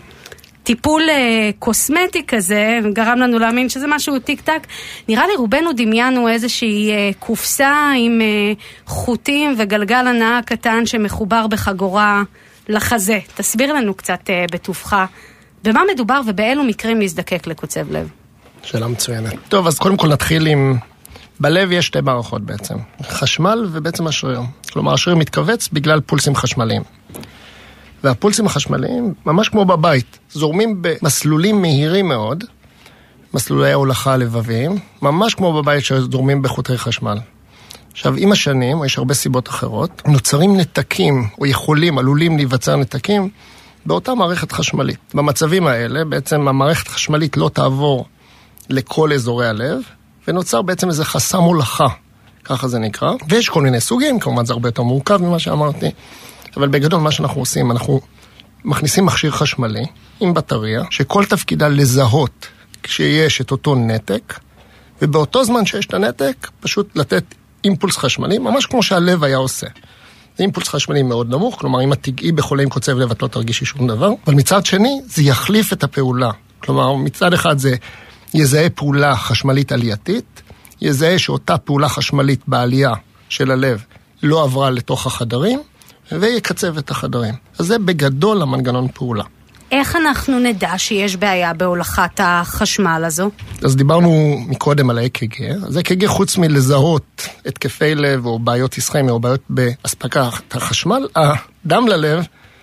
טיפול uh, קוסמטי כזה, גרם לנו להאמין שזה משהו טיק טק, נראה לי רובנו דמיינו איזושהי uh, קופסה עם uh, חוטים וגלגל הנאה קטן שמחובר בחגורה לחזה. תסביר לנו קצת uh, בטובך, במה מדובר ובאילו מקרים נזדקק לקוצב לב? שאלה מצוינת. טוב, אז קודם כל נתחיל עם... בלב יש שתי מערכות בעצם. חשמל ובעצם השריר. כלומר, השריר מתכווץ בגלל פולסים חשמליים. והפולסים החשמליים, ממש כמו בבית, זורמים במסלולים מהירים מאוד, מסלולי ההולכה הלבביים, ממש כמו בבית שזורמים בחוטי חשמל. עכשיו, עם השנים, יש הרבה סיבות אחרות, נוצרים נתקים, או יכולים, עלולים להיווצר נתקים, באותה מערכת חשמלית. במצבים האלה, בעצם המערכת החשמלית לא תעבור לכל אזורי הלב, ונוצר בעצם איזה חסם הולכה, ככה זה נקרא. ויש כל מיני סוגים, כמובן זה הרבה יותר מורכב ממה שאמרתי, אבל בגדול מה שאנחנו עושים, אנחנו מכניסים מכשיר חשמלי עם בטריה, שכל תפקידה לזהות כשיש את אותו נתק, ובאותו זמן שיש את הנתק, פשוט לתת אימפולס חשמלי, ממש כמו שהלב היה עושה. זה אימפולס חשמלי מאוד נמוך, כלומר אם את תגעי בחולה עם קוצב לב את לא תרגישי שום דבר, אבל מצד שני זה יחליף את הפעולה. כלומר מצד אחד זה יזהה פעולה חשמלית עלייתית, יזהה שאותה פעולה חשמלית בעלייה של הלב לא עברה לתוך החדרים, ויקצב את החדרים. אז זה בגדול המנגנון פעולה. איך אנחנו נדע שיש בעיה בהולכת החשמל הזו? אז דיברנו מקודם על ה-אי קי ג'י. אז ה-אי קי ג'י חוץ מלזהות התקפי לב או בעיות איסכמיה או בעיות באספקת החשמל, הדם ללב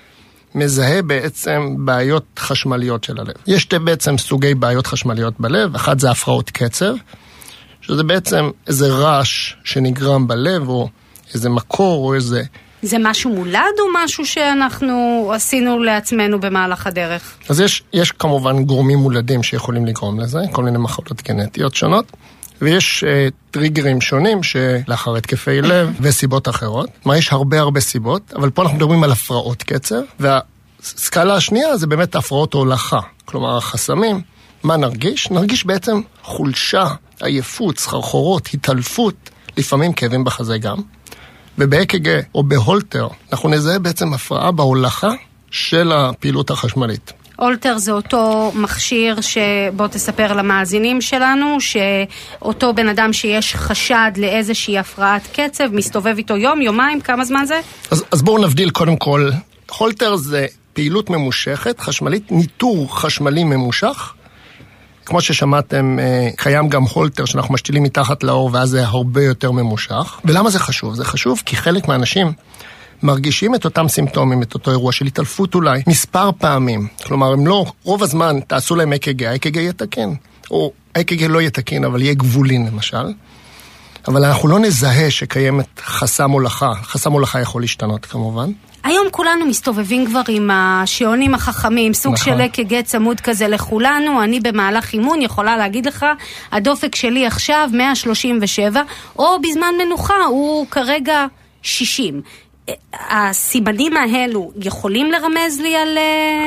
מזהה בעצם בעיות חשמליות של הלב. יש שתי בעצם סוגי בעיות חשמליות בלב, אחת זה הפרעות קצב, שזה בעצם איזה רעש שנגרם בלב או איזה מקור או איזה... זה משהו מולד או משהו שאנחנו עשינו לעצמנו במהלך הדרך? אז יש, יש כמובן גורמים מולדים שיכולים לגרום לזה, כל מיני מחלות גנטיות שונות, ויש uh, טריגרים שונים שלאחר התקפי לב וסיבות אחרות. מה, יש הרבה הרבה סיבות, אבל פה אנחנו מדברים על הפרעות קצב, והסקאלה השנייה זה באמת הפרעות הולכה, כלומר החסמים. מה נרגיש? נרגיש בעצם חולשה, עייפות, סחרחורות, התעלפות, לפעמים כאבים בחזה גם. וב-אי קי ג'י או בהולטר, אנחנו נזהה בעצם הפרעה בהולכה של הפעילות החשמלית. הולטר זה אותו מכשיר שבוא תספר למאזינים שלנו, שאותו בן אדם שיש חשד לאיזושהי הפרעת קצב, מסתובב איתו יום, יומיים, כמה זמן זה? אז, אז בואו נבדיל קודם כל, הולטר זה פעילות ממושכת, חשמלית, ניטור חשמלי ממושך, כמו ששמעתם, קיים גם הולטר שאנחנו משתילים מתחת לאור, ואז זה הרבה יותר ממושך. ולמה זה חשוב? זה חשוב כי חלק מהאנשים מרגישים את אותם סימפטומים, את אותו אירוע של התעלפות אולי, מספר פעמים. כלומר, הם לא, רוב הזמן תעשו להם אי קי ג'י, ה-אי קי ג'י יהיה תקין. או ה-אי קי ג'י לא יהיה תקין, אבל יהיה גבולין למשל. אבל אנחנו לא נזהה שקיימת חסם הולכה. חסם הולכה יכול להשתנות כמובן. היום כולנו מסתובבים כבר עם השעונים החכמים, סוג נכון. של אי קי ג'י צמוד כזה לכולנו. אני במהלך אימון יכולה להגיד לך, הדופק שלי עכשיו מאה שלושים ושבע, או בזמן מנוחה הוא כרגע שישים. הסימנים האלו יכולים לרמז לי על,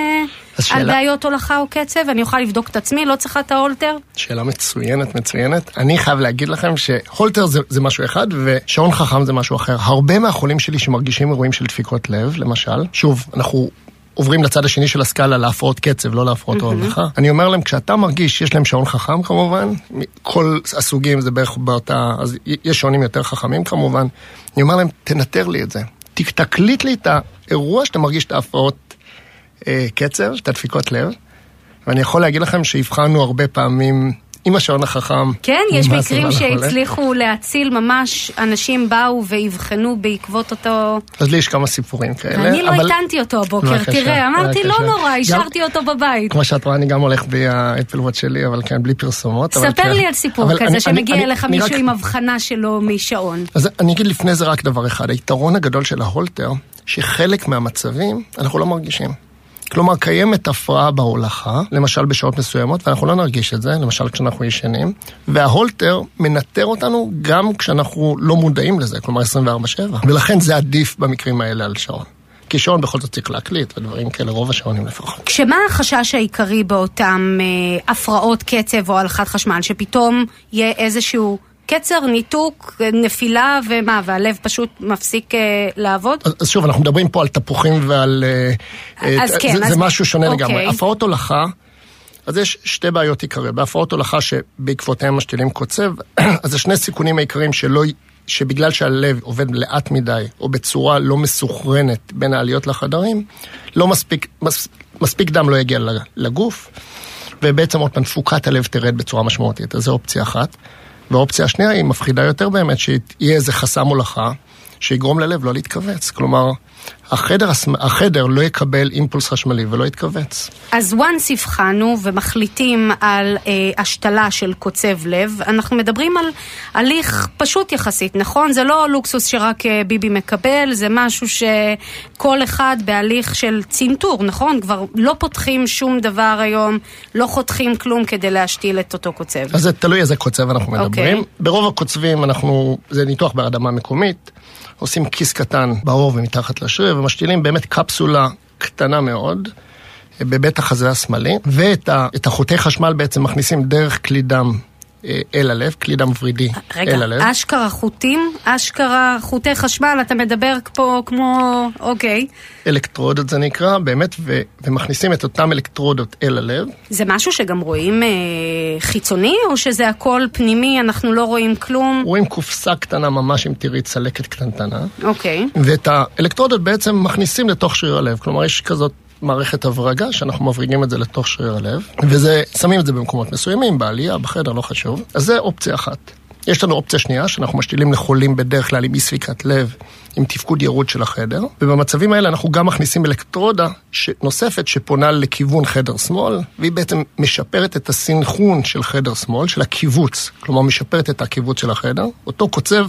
על בעיות הולכה או קצב? אני אוכל לבדוק את עצמי, לא צריכה את ההולטר? שאלה מצוינת, מצוינת. אני חייב להגיד לכם שהולטר זה, זה משהו אחד, ושעון חכם זה משהו אחר. הרבה מהחולים שלי שמרגישים אירועים של דפיקות לב, למשל, שוב, אנחנו עוברים לצד השני של הסקאלה להפרעות קצב, לא להפרעות הולכה. אני אומר להם, כשאתה מרגיש, יש להם שעון חכם כמובן, כל הסוגים זה בערך באותה, אז יש שעונים יותר חכמים כמובן. אני אומר להם, תנטר לי את זה. תקליט לי את האירוע שאתה מרגיש את ההפרעות אה, קצב, את הדפיקות לב, ואני יכול להגיד לכם שהבחנו הרבה פעמים עם השעון החכם. כן, יש מקרים שהצליחו להציל ממש, אנשים באו והבחנו בעקבות אותו... אז לי יש כמה סיפורים כאלה. אני לא איתנתי אותו הבוקר, תראה, אמרתי לא נורא, השארתי אותו בבית. כמו שאת רואה, אני גם הולך בי האפל וואץ' שלי, אבל כן, בלי פרסומות. ספר לי על סיפור כזה שמגיע אליך מישהו עם הבחנה שלו משעון. אז אני אגיד לפני זה רק דבר אחד, היתרון הגדול של ההולטר, שחלק מהמצבים אנחנו לא מרגישים. כלומר, קיימת הפרעה בהולכה, למשל בשעות מסוימות, ואנחנו לא נרגיש את זה, למשל כשאנחנו ישנים, וההולטר מנטר אותנו גם כשאנחנו לא מודעים לזה, כלומר עשרים וארבע שבע. ולכן זה עדיף במקרים האלה על שעון. כי שעון בכל זאת צריך להקליט, ודברים כאלה, רוב השעונים לפחות. כשמה החשש העיקרי באותם אה, הפרעות קצב או הלכת חשמל, שפתאום יהיה איזשהו... קצר, ניתוק, נפילה ומה, והלב פשוט מפסיק אה, לעבוד? אז, אז שוב, אנחנו מדברים פה על תפוחים ועל... אה, אז אה, כן, זה, אז... זה משהו שונה אוקיי. לגמרי. הפרעות הולכה, אז יש שתי בעיות עיקריות. בהפרעות הולכה שבעקבותיהם משתילים קוצב, אז זה שני סיכונים העיקריים שלא, שבגלל שהלב עובד לאט מדי, או בצורה לא מסוכרנת בין העליות לחדרים, לא מספיק, מס, מספיק דם לא יגיע לגוף, ובעצם עוד תפוקת הלב תרד בצורה משמעותית. אז זו אופציה אחת. והאופציה השנייה היא מפחידה יותר באמת, שיהיה איזה חסם הולכה, שיגרום ללב לא להתכווץ. כלומר, החדר, החדר לא יקבל אימפולס חשמלי ולא יתכווץ. אז once הבחנו ומחליטים על אה, השתלה של קוצב לב, אנחנו מדברים על הליך פשוט יחסית, נכון? זה לא לוקסוס שרק אה, ביבי מקבל, זה משהו שכל אחד בהליך של צינטור, נכון? כבר לא פותחים שום דבר היום, לא חותכים כלום כדי להשתיל את אותו קוצב. אז זה תלוי איזה קוצב אנחנו מדברים. Okay. ברוב הקוצבים אנחנו, זה ניתוח בהרדמה מקומית, עושים כיס קטן בעור ומתחת לשריר, ומשתילים באמת קפסולה קטנה מאוד, בבית החזה השמאלי, ואת החוטי חשמל בעצם מכניסים דרך כלי דם אל הלב, כלי דם ורידי רגע, אל הלב. אשכרה חוטים, אשכרה חוטי חשמל, אתה מדבר פה כמו, אוקיי. אלקטרודות זה נקרא, באמת, ו- ומכניסים את אותם אלקטרודות אל הלב. זה משהו שגם רואים אה, חיצוני, או שזה הכל פנימי, אנחנו לא רואים כלום? רואים קופסה קטנה ממש, אם תראי צלקת קטנטנה. אוקיי. ואת האלקטרודות בעצם מכניסים לתוך שריר הלב, כלומר יש כזאת מערכת הברגה שאנחנו מבריגים את זה לתוך שריר הלב, וזה, שמים את זה במקומות מסוימים, בעלייה, בחדר, לא חשוב. אז זה אופציה אחת. יש לנו אופציה שנייה, שאנחנו משתילים לחולים בדרך כלל עם אי ספיקת לב, עם תפקוד ירוד של החדר, ובמצבים האלה אנחנו גם מכניסים אלקטרודה נוספת שפונה לכיוון חדר שמאל, והיא בעצם משפרת את הסינכרון של חדר שמאל, של הקיבוץ, כלומר משפרת את הקיבוץ של החדר. אותו קוצב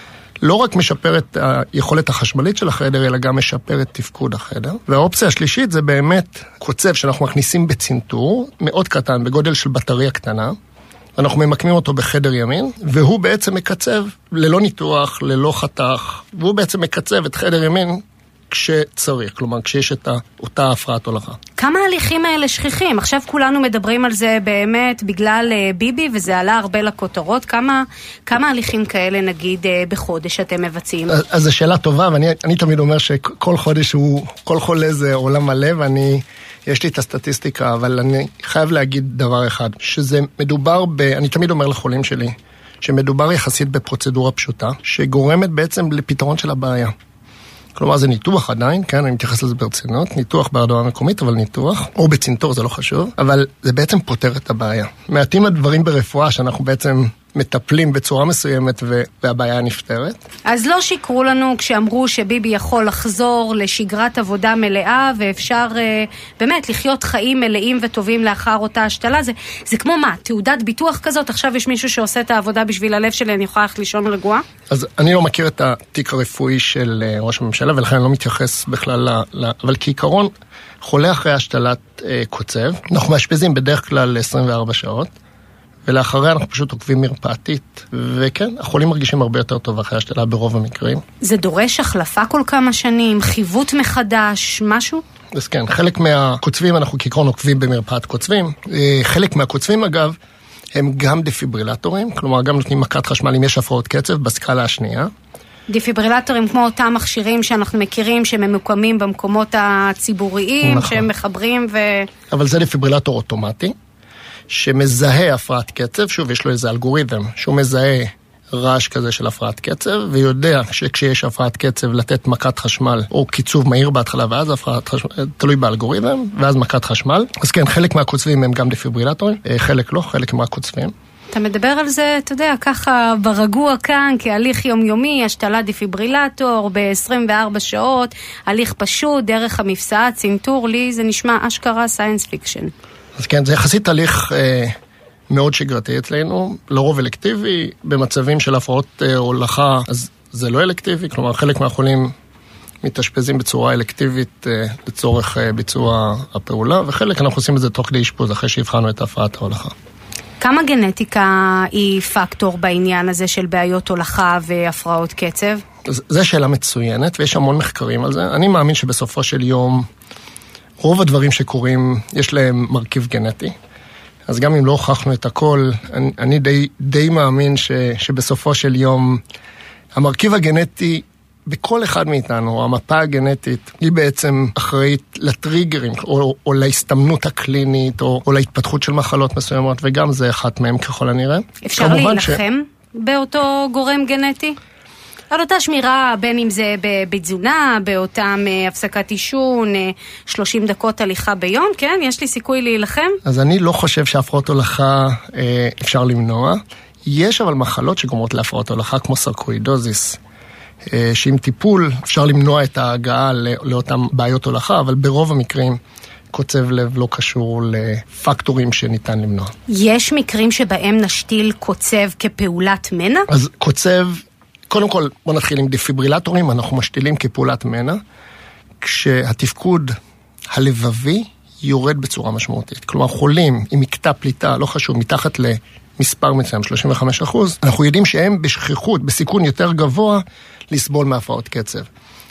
לא רק משפר את היכולת החשמלית של החדר, אלא גם משפר את תפקוד החדר. והאופציה השלישית זה באמת קוצב שאנחנו מכניסים בצינטור, מאוד קטן, בגודל של בטריה קטנה, אנחנו ממקמים אותו בחדר ימין, והוא בעצם מקצב ללא ניתוח, ללא חתך, והוא בעצם מקצב את חדר ימין כשצריך, כלומר כשיש את אותה הפרעת הולכה. כמה הליכים האלה שכיחים? עכשיו כולנו מדברים על זה באמת בגלל ביבי, וזה עלה הרבה לכותרות. כמה, כמה הליכים כאלה נגיד בחודש אתם מבצעים? אז, אז זו שאלה טובה, ואני אני תמיד אומר שכל חודש הוא, כל חולה זה עולם מלא, ואני, יש לי את הסטטיסטיקה, אבל אני חייב להגיד דבר אחד, שזה מדובר ב, אני תמיד אומר לחולים שלי, שמדובר יחסית בפרוצדורה פשוטה, שגורמת בעצם לפתרון של הבעיה. כלומר, זה ניתוח עדיין, כן, אני מתייחס לזה ברצינות, ניתוח בהרדמה מקומית, אבל ניתוח, או בצינטור, זה לא חשוב, אבל זה בעצם פותר את הבעיה. מעטים הדברים ברפואה שאנחנו בעצם מטפלים בצורה מסוימת והבעיה נפתרת. אז לא שיקרו לנו כשאמרו שביבי יכול לחזור לשגרת עבודה מלאה, ואפשר באמת לחיות חיים מלאים וטובים לאחר אותה השתלה. זה, זה כמו מה? תעודת ביטוח כזאת? עכשיו יש מישהו שעושה את העבודה בשביל הלב שלי, אני יכולה ללכת לישון רגועה? אז אני לא מכיר את התיק הרפואי של ראש הממשלה, ולכן אני לא מתייחס בכלל ל... ל... אבל כעיקרון, חולה אחרי השתלת אה, קוצב, אנחנו מאשפזים בדרך כלל עשרים וארבע שעות, ולאחריה אנחנו פשוט עוקבים מרפאתית, וכן, החולים מרגישים הרבה יותר טוב אחרי השתלה ברוב המקרים. זה דורש החלפה כל כמה שנים, חיוות מחדש, משהו? אז כן, חלק מהקוצבים, אנחנו כעקרון עוקבים במרפאת קוצבים, חלק מהקוצבים אגב, הם גם דפיברילטורים, כלומר גם נותנים מכת חשמל אם יש הפרעות קצב בסקאלה השנייה. דפיברילטורים כמו אותם מכשירים שאנחנו מכירים, שממוקמים במקומות הציבוריים, נכון. שהם מחברים ו... אבל זה דפיברילטור אוטומטי, שמזהה הפרעת קצב, שוב יש לו איזה אלגוריתם, שהוא מזהה רעש כזה של הפרעת קצב, ויודע שכשיש הפרעת קצב לתת מכת חשמל, או קיצוב מהיר בהתחלה, ואז הפרעת חשמל, תלוי באלגוריתם, ואז מכת חשמל. אז כן, חלק מהקוצבים הם גם דפיברילטורים, חלק לא, חלק מהקוצבים. אתה מדבר על זה, אתה יודע, ככה ברגוע כאן, כהליך יומיומי, השתלה דפיברילטור ב-עשרים וארבע שעות, הליך פשוט, דרך המפסעה, צינטור, לי זה נשמע אשכרה סיינס פיקשן. אז כן, זה יחסית הליך אה, מאוד שגרתי אצלנו, לרוב אלקטיבי, במצבים של הפרעות אה, הולכה, אז זה לא אלקטיבי, כלומר חלק מהחולים מתאשפזים בצורה אלקטיבית אה, לצורך אה, ביצוע הפעולה, וחלק אנחנו עושים את זה תוך כדי אשפוז, אחרי שהבחנו את הפרעת ההולכה. כמה גנטיקה היא פקטור בעניין הזה של בעיות הולכה והפרעות קצב? זו שאלה מצוינת, ויש המון מחקרים על זה. אני מאמין שבסופו של יום, רוב הדברים שקורים, יש להם מרכיב גנטי. אז גם אם לא הוכחנו את הכל, אני, אני די, די מאמין ש, שבסופו של יום, המרכיב הגנטי בכל אחד מאיתנו, המפה הגנטית, היא בעצם אחראית לטריגרים, או, או להסתמנות הקלינית, או, או להתפתחות של מחלות מסוימות, וגם זה אחת מהם ככל הנראה. אפשר להילחם ש... באותו גורם גנטי? על אותה שמירה, בין אם זה בתזונה, באותם הפסקת עישון, שלושים דקות הליכה ביום, כן? יש לי סיכוי להילחם? אז אני לא חושב שהפרעות הולכה אה, אפשר למנוע. יש אבל מחלות שגורמות להפרעות הולכה, כמו סרקואידוזיס, אה, שעם טיפול אפשר למנוע את ההגעה לאותם בעיות הולכה, אבל ברוב המקרים קוצב לב לא קשור לפקטורים שניתן למנוע. יש מקרים שבהם נשתיל קוצב כפעולת מנע? אז קוצב... קודם כל, בוא נתחיל עם דפיברילטורים, אנחנו משתילים כפעולת מנע, כשהתפקוד הלבבי יורד בצורה משמעותית. כלומר, חולים עם מקטע פליטה, לא חשוב, מתחת למספר מסוים, שלושים וחמישה אחוז, אנחנו יודעים שהם בשכיחות, בסיכון יותר גבוה, לסבול מהפרעות קצב.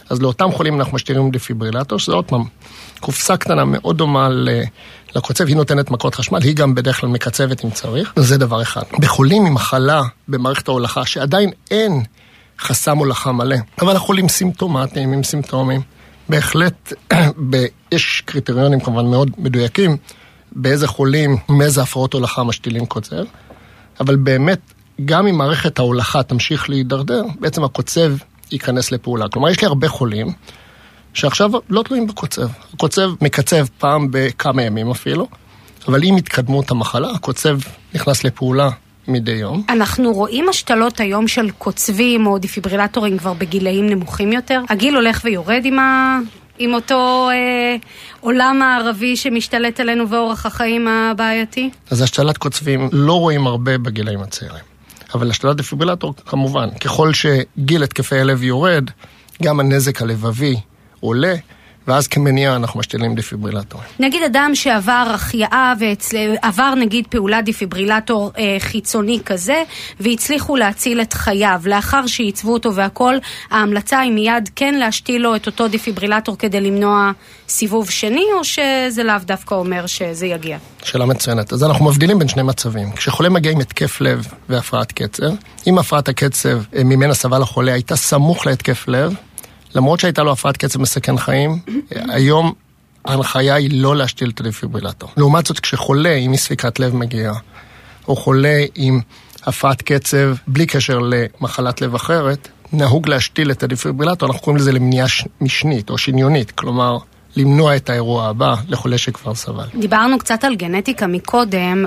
אז לאותם חולים אנחנו משתילים דפיברילטור, שזה עוד פעם, קופסה קטנה מאוד דומה לקוצב, היא נותנת מכות חשמל, היא גם בדרך כלל מקצבת אם צריך, זה דבר אחד. בחולים עם מחלה במערכת ההולכה, שעדיין אין חסם הולכה מלא, אבל החולים סימפטומטיים, עם סימפטומים, בהחלט יש קריטריונים כמובן מאוד מדויקים, באיזה חולים, מאיזה הפרעות הולכה משתילים קוצב, אבל באמת, גם אם מערכת ההולכה תמשיך להידרדר, בעצם הקוצב ייכנס לפעולה. כלומר, יש לי הרבה חולים, שעכשיו לא תלויים בקוצב. הקוצב מקצב פעם בכמה ימים אפילו, אבל עם התקדמות המחלה, הקוצב נכנס לפעולה מדי יום. אנחנו רואים השתלות היום של קוצבים או דפיברילטורים כבר בגילאים נמוכים יותר. הגיל הולך ויורד עם ה... עם אותו אה, עולם הערבי שמשתלט עלינו ואורח החיים הבעייתי? אז השתלת קוצבים לא רואים הרבה בגילאים הצעירים. אבל השתלת דפיברילטור כמובן, ככל שגיל התקפי הלב יורד, גם הנזק הלבבי עולה, ואז כמניעה אנחנו משתילים דפיברילטור. נגיד אדם שעבר החייאה ועבר נגיד פעולת דפיברילטור אה, חיצוני כזה, והצליחו להציל את חייו, לאחר שיצבו אותו והכל, ההמלצה היא מיד כן להשתיל לו את אותו דפיברילטור כדי למנוע סיבוב שני, או שזה לאו דווקא אומר שזה יגיע? שאלה מצוינת. אז אנחנו מבדילים בין שני מצבים. כשחולה מגיע עם התקף לב והפרעת קצב, אם הפרעת הקצב ממנה סבל החולה הייתה סמוך להתקף לב, למרות שהייתה לו הפרעת קצב מסכן חיים, היום ההנחיה היא לא להשתיל את הדפיברילטור. לעומת זאת, כשחולה עם אי ספיקת לב מגיע, או חולה עם הפרעת קצב בלי קשר למחלת לב אחרת, נהוג להשתיל את הדפיברילטור, אנחנו קוראים לזה למניעה משנית או שניונית, כלומר, למנוע את האירוע הבא לחולה שכבר סבל. דיברנו קצת על גנטיקה מקודם,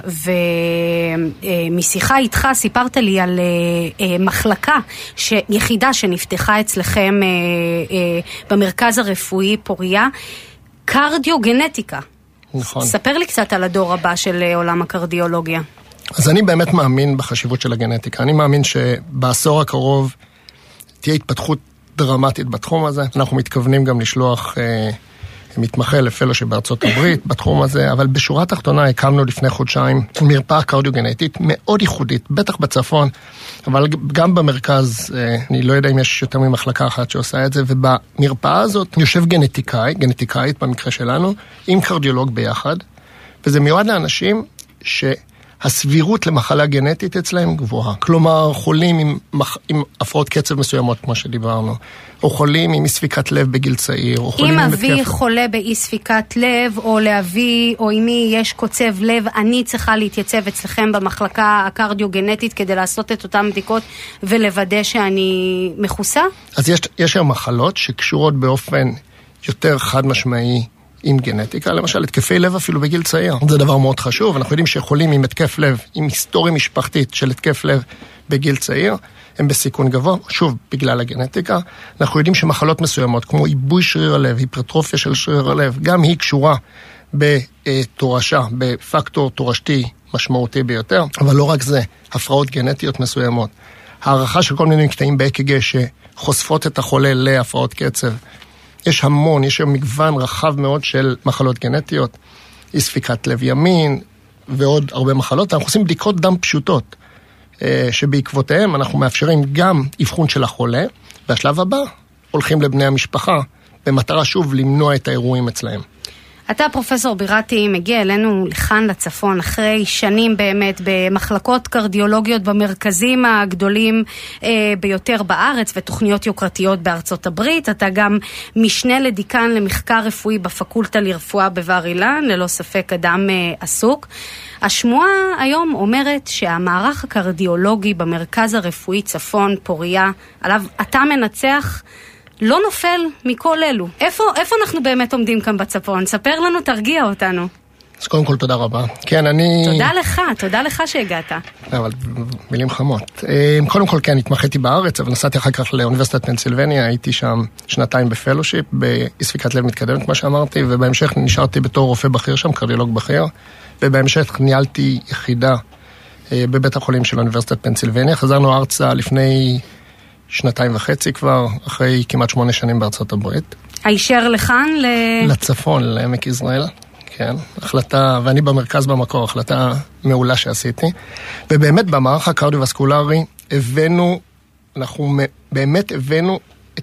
ומשיחה איתך סיפרת לי על מחלקה, יחידה שנפתחה אצלכם במרכז הרפואי פוריה, קרדיוגנטיקה. נכון. ספר לי קצת על הדור הבא של עולם הקרדיולוגיה. אז אני באמת מאמין בחשיבות של הגנטיקה. אני מאמין שבעשור הקרוב תהיה התפתחות דרמטית בתחום הזה. אנחנו מתכוונים גם לשלוח מתמחה לפלושיפ בארצות הברית בתחום הזה, אבל בשורה התחתונה הקמנו לפני חודשיים מרפאה קרדיוגנטית מאוד ייחודית, בטח בצפון, אבל גם במרכז, אני לא יודע אם יש יותר ממחלקה אחת שעושה את זה, ובמרפאה הזאת יושב גנטיקאי, גנטיקאית במקרה שלנו, עם קרדיולוג ביחד, וזה מיועד לאנשים ש... הסבירות למחלה גנטית אצלהם גבוהה. כלומר, חולים עם, מח... עם הפרעות קצב מסוימות, כמו שדיברנו, או חולים עם אי ספיקת לב בגיל צעיר, או חולים אם עם אבי בתקף... חולה באי ספיקת לב, או לאבי, או אמי יש קוצב לב, אני צריכה להתייצב אצלכם במחלקה הקרדיוגנטית כדי לעשות את אותם בדיקות ולוודא שאני מחוסה? אז יש, יש היום מחלות שקשורות באופן יותר חד משמעי עם גנטיקה, למשל התקפי לב אפילו בגיל צעיר. זה דבר מאוד חשוב, אנחנו יודעים שחולים עם התקף לב, עם היסטוריה משפחתית של התקף לב בגיל צעיר, הם בסיכון גבוה, שוב, בגלל הגנטיקה. אנחנו יודעים שמחלות מסוימות, כמו עיבוי שריר הלב, היפרטרופיה של שריר הלב, גם היא קשורה בתורשה, בפקטור תורשתי משמעותי ביותר, אבל לא רק זה, הפרעות גנטיות מסוימות. הערכה של כל מיני מקטעים ב-אי קי גי שחושפות את החולה להפרעות קצב, יש המון, יש היום מגוון רחב מאוד של מחלות גנטיות, אי ספיקת לב ימין ועוד הרבה מחלות. אנחנו עושים בדיקות דם פשוטות, שבעקבותיהם אנחנו מאפשרים גם אבחון של החולה, והשלב הבא הולכים לבני המשפחה, במטרה שוב למנוע את האירועים אצלהם. אתה פרופסור בירתי מגיע אלינו לכאן לצפון אחרי שנים באמת במחלקות קרדיולוגיות במרכזים הגדולים אה, ביותר בארץ ותוכניות יוקרתיות בארצות הברית. אתה גם משנה לדיקן למחקר רפואי בפקולטה לרפואה בבר אילן, ללא ספק אדם אה, עסוק. השמועה היום אומרת שהמערך הקרדיולוגי במרכז הרפואי צפון פוריה, עליו אתה מנצח, לא נופל מכל אלו. איפה, איפה אנחנו באמת עומדים כאן בצפון? ספר לנו, תרגיע אותנו. אז קודם כל תודה רבה. כן, אני... תודה לך, תודה לך שהגעת. אבל מילים חמות. קודם כל, כן, התמחיתי בארץ, אבל נסעתי אחר כך לאוניברסיטת פנסילבניה, הייתי שם שנתיים בפלושיפ, באי ספיקת לב מתקדמת, כמו שאמרתי, ובהמשך נשארתי בתור רופא בכיר שם, קרדיולוג בכיר, ובהמשך ניהלתי יחידה בבית החולים של אוניברסיטת פנסילבניה. חזרנו ארצה לפני שנתיים וחצי כבר, אחרי כמעט שמונה שנים בארצות הברית. הישר לכאן? ל... לצפון, לעמק יזרעאל. כן, החלטה, ואני במרכז במקור, החלטה מעולה שעשיתי. ובאמת במערך הקרדיו-וסקולרי הבאנו, אנחנו באמת הבאנו את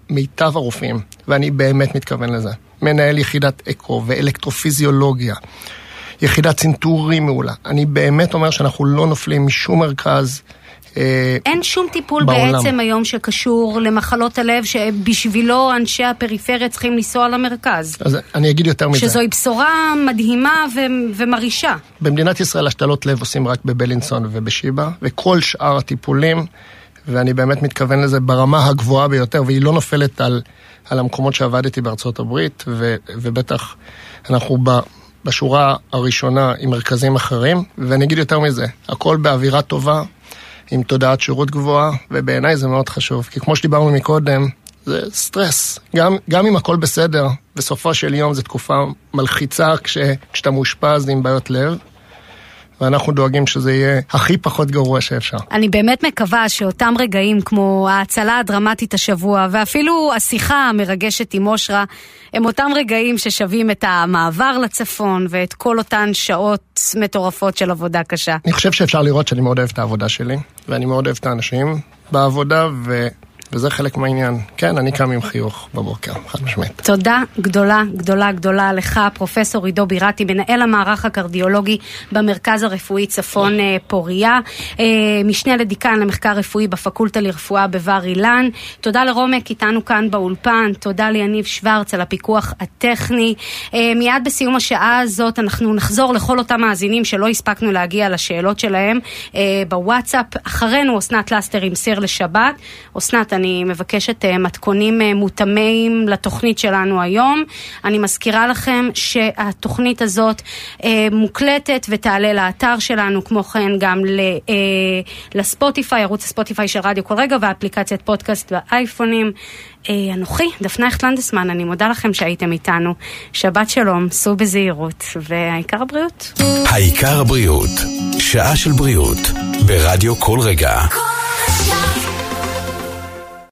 מיטב הרופאים, ואני באמת מתכוון לזה. מנהל יחידת אקו ואלקטרופיזיולוגיה, יחידת צנתורים מעולה. אני באמת אומר שאנחנו לא נופלים משום מרכז, אין שום טיפול בעולם. בעצם היום שקשור למחלות הלב, שבשבילו אנשי הפריפריה צריכים לנסוע למרכז. אז אני אגיד יותר מזה. שזוהי בשורה מדהימה ו- ומרישה. במדינת ישראל השתלות לב עושים רק בבלינסון ובשיבה, וכל שאר הטיפולים, ואני באמת מתכוון לזה ברמה הגבוהה ביותר, והיא לא נופלת על, על המקומות שעבדתי בארצות הברית, ו, ובטח אנחנו ב... בשורה הראשונה עם מרכזים אחרים, ואני אגיד יותר מזה, הכל באווירה טובה, עם תודעת שירות גבוהה, ובעיניי זה מאוד חשוב, כי כמו שדיברנו מקודם, זה סטרס. גם, גם אם הכל בסדר, בסופו של יום זו תקופה מלחיצה כש, כשאתה מאושפז עם בעיות לב, ואנחנו דואגים שזה יהיה הכי פחות גרוע שאפשר. אני באמת מקווה שאותם רגעים כמו ההצלה הדרמטית השבוע, ואפילו השיחה המרגשת עם אושרה, הם אותם רגעים ששווים את המעבר לצפון, ואת כל אותן שעות מטורפות של עבודה קשה. אני חושב שאפשר לראות שאני מאוד אוהב את העבודה שלי, ואני מאוד אוהב את האנשים בעבודה, ו... וזה חלק מהעניין. כן, אני קם עם חיוך בבוקר, חד משמעית. תודה גדולה, גדולה, גדולה לך, פרופסור עידו בירתי, מנהל המערך הקרדיולוגי במרכז הרפואי צפון פוריה, משנה לדיקן למחקר רפואי בפקולטה לרפואה בבר אילן. תודה לרומק איתנו כאן באולפן, תודה ליניב שוורץ על הפיקוח הטכני. מיד בסיום השעה הזאת אנחנו נחזור לכל אותם מאזינים שלא הספקנו להגיע לשאלות שלהם בוואטסאפ. אחרינו אסנת לסטר עם סיר לשבת. אסנת, אני מבקשת מתכונים מותאמים לתוכנית שלנו היום. אני מזכירה לכם שהתוכנית הזאת מוקלטת ותעלה לאתר שלנו, כמו כן גם לספוטיפיי, ערוץ הספוטיפיי של רדיו כל רגע, ואפליקציית פודקאסט באייפונים. אנוכי, דפנה אכטלנדסמן, אני מודה לכם שהייתם איתנו. שבת שלום, סעו בזהירות, והעיקר הבריאות. העיקר הבריאות, שעה של בריאות, ברדיו כל רגע.